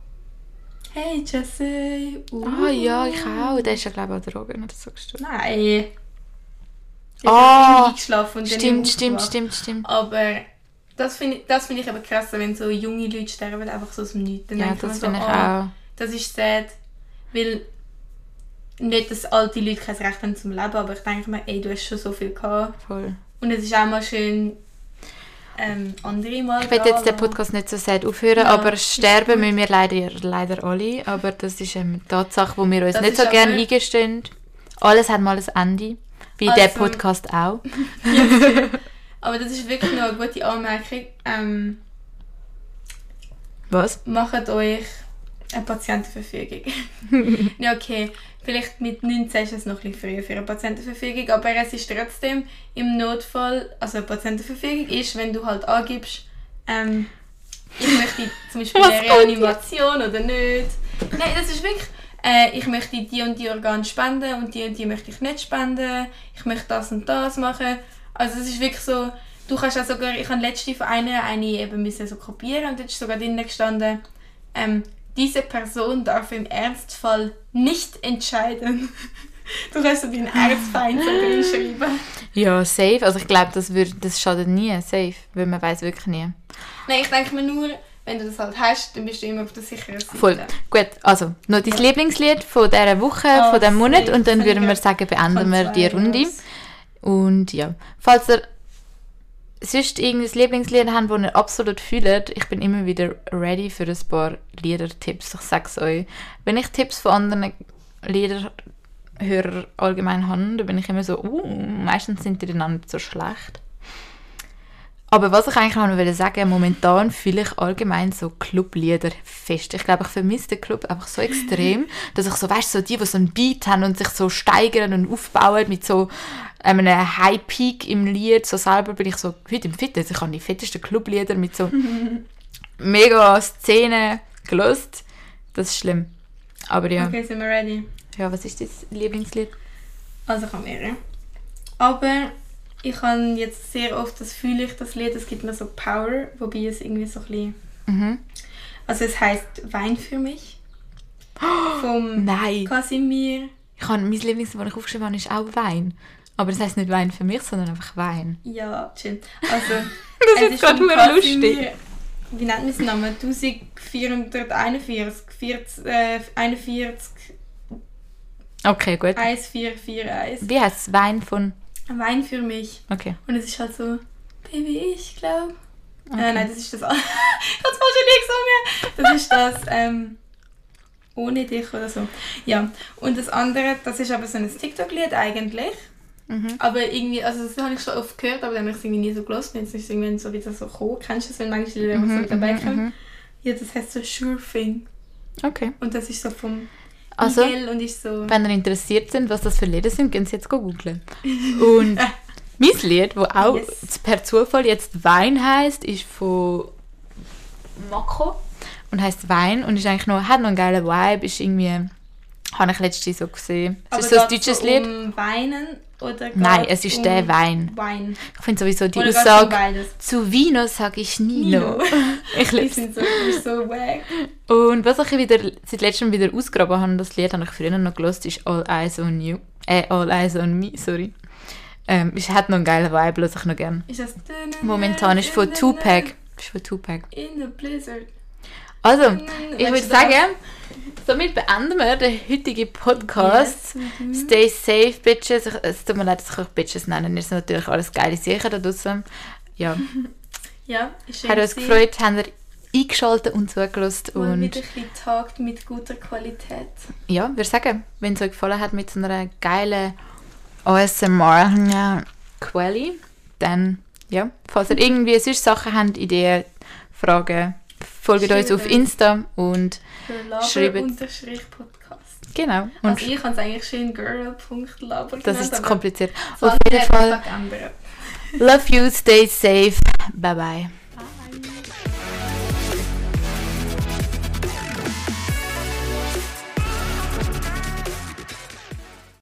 «Hey Jesse!» Ah uh. oh, ja, ich auch. Der ist ja glaube ich an Drogen oder so gestorben. Nein. Der oh, ist eingeschlafen und stimmt, stimmt, stimmt, stimmt. Aber das finde das find ich aber krass, wenn so junge Leute sterben, einfach so aus dem Nichts. Ja, das finde so, ich auch. Oh, das ist sad, weil nicht, dass alte Leute kein Recht haben zum Leben, aber ich denke mir, ey, du hast schon so viel gehabt. Voll. Und es ist auch mal schön, ähm, andere mal Ich will jetzt den Podcast nicht so sad aufhören, ja, aber sterben müssen wir leider, leider alle. Aber das ist eine Tatsache, die wir uns das nicht so gerne eingestehen. Alles hat mal ein Ende, wie also, der Podcast auch. Ja, aber das ist wirklich noch eine gute Anmerkung. Ähm, Was? Macht euch eine Patientenverfügung. Ja, okay. Vielleicht mit neunzehn ist es noch ein bisschen früh für eine Patientenverfügung, aber es ist trotzdem im Notfall, also eine Patientenverfügung ist, wenn du halt angibst, ähm, ich möchte zum Beispiel eine Reanimation oder nicht. Nein, das ist wirklich, äh, ich möchte die und die Organe spenden und die und die möchte ich nicht spenden. Ich möchte das und das machen. Also es ist wirklich so, du kannst auch sogar, ich habe letzte von einer eine eben müssen so kopieren und dort ist sogar drinnen gestanden, ähm, diese Person darf im Ernstfall nicht entscheiden. Du kannst so deinen Erzfeind so drin schreiben. Ja, safe. Also ich glaube, das, das schadet nie, safe. Weil man weiß wirklich nie. Nein, ich denke mir nur, wenn du das halt hast, dann bist du immer auf der sicheren Seite. Voll. Gut, also noch dein ja. Lieblingslied von dieser Woche, oh, von diesem Monat und dann würden wir sagen, beenden wir die Runde. Raus. Und ja, falls ihr sonst irgendein Lieblingslied habt, das ihr absolut fühlt, ich bin immer wieder ready für ein paar Liedertipps. Ich sage es euch. Wenn ich Tipps von anderen Liederhörern allgemein habe, dann bin ich immer so, uh, meistens sind die dann nicht so schlecht. Aber was ich eigentlich noch sagen wollte, momentan fühle ich allgemein so Clublieder fest. Ich glaube, ich vermisse den Club einfach so extrem, dass ich so, weißt du, so die, die so einen Beat haben und sich so steigern und aufbauen mit so einem High Peak im Lied, so selber bin ich so heute im Fitness. Ich habe die fettesten Clublieder mit so mega Szenen gelöst. Das ist schlimm. Aber ja. Okay, sind wir ready? Ja, was ist dein Lieblingslied? Also ich habe mehrere. Aber ich habe jetzt sehr oft, das fühle ich, das Lied, es gibt mir so Power, wobei es irgendwie so ein bisschen... Mhm. Also es heisst «Wein für mich» vom Nein. Casimir. Ich habe, mein Lieblingslied, das ich aufgeschrieben habe, ist auch «Wein». Aber das heisst nicht «Wein für mich», sondern einfach «Wein». Ja, chill. Also, das ist, ist gerade nur lustig. Wie nennt man den Namen? eintausendvierhunderteinundvierzig. vierzig, äh, einundvierzig. Okay, gut. eins vier vier eins. Wie heisst es? «Wein von...» Wein für mich. Okay. Und es ist halt so, Baby, ich glaube. Okay. Äh, nein, das ist das. Ich habe es falsche Lied gesungen. Das ist das. Ähm, Ohne dich oder so. Ja, und das andere, das ist aber so ein TikTok-Lied eigentlich. Mhm. Aber irgendwie, also das habe ich schon oft gehört, aber dann habe ich es irgendwie nie so gelassen. Jetzt ist es irgendwann so wieder so gekommen. Kennst du das, wenn manche Lieder mhm, so mit dabei kommen? Mhm. Ja, das heißt so Sure Thing. Okay. Und das ist so vom also, Miguel und ist so... wenn ihr interessiert sind, was das für Lieder sind, könnt ihr jetzt googeln. Und mein Lied, das auch yes. per Zufall jetzt Wein heisst, ist von Mako und heisst Wein und ist eigentlich noch, hat noch einen geilen Vibe, ist irgendwie, habe ich letztens so gesehen. Es ist so ein deutsches so Lied. Um Weinen oder Nein, es ist um der Wein. Wein. Ich finde sowieso die oder Aussage, zu Vino sage ich Nino. Ich liebe es. Die sind so, so wack. Und was ich wieder, seit letztem wieder ausgegraben habe, das Lied habe ich früher noch gehört, ist All Eyes on You. Äh, All Eyes on Me, sorry. Ähm, es hat noch einen geilen Vibe, lasse ich noch gerne. Ist das momentan ist von Tupac. Ist von Tupac. In the Blizzard. Also, ich würde sagen, somit beenden wir den heutigen Podcast. Yes. Mhm. Stay safe, Bitches. Es tut mir leid, dass ich euch Bitches nenne. Ihr seid natürlich alles geile Sicher da draussen. Ja. Ja, ist schön. Hat uns gefreut, habt ihr eingeschaltet und zugelassen. Mal und wieder ein bisschen getagt mit guter Qualität. Ja, wir sagen, wenn es euch gefallen hat mit so einer geilen A S M R-Quelle, dann, ja, falls ihr irgendwie sonst Sachen habt, Ideen, Fragen, folgt uns auf Insta und schreibt... Podcast. Genau. Und also ich kann es eigentlich schön girl.laber genannt. Das ist zu kompliziert. Auf jeden Fall. Love you, stay safe. Bye bye.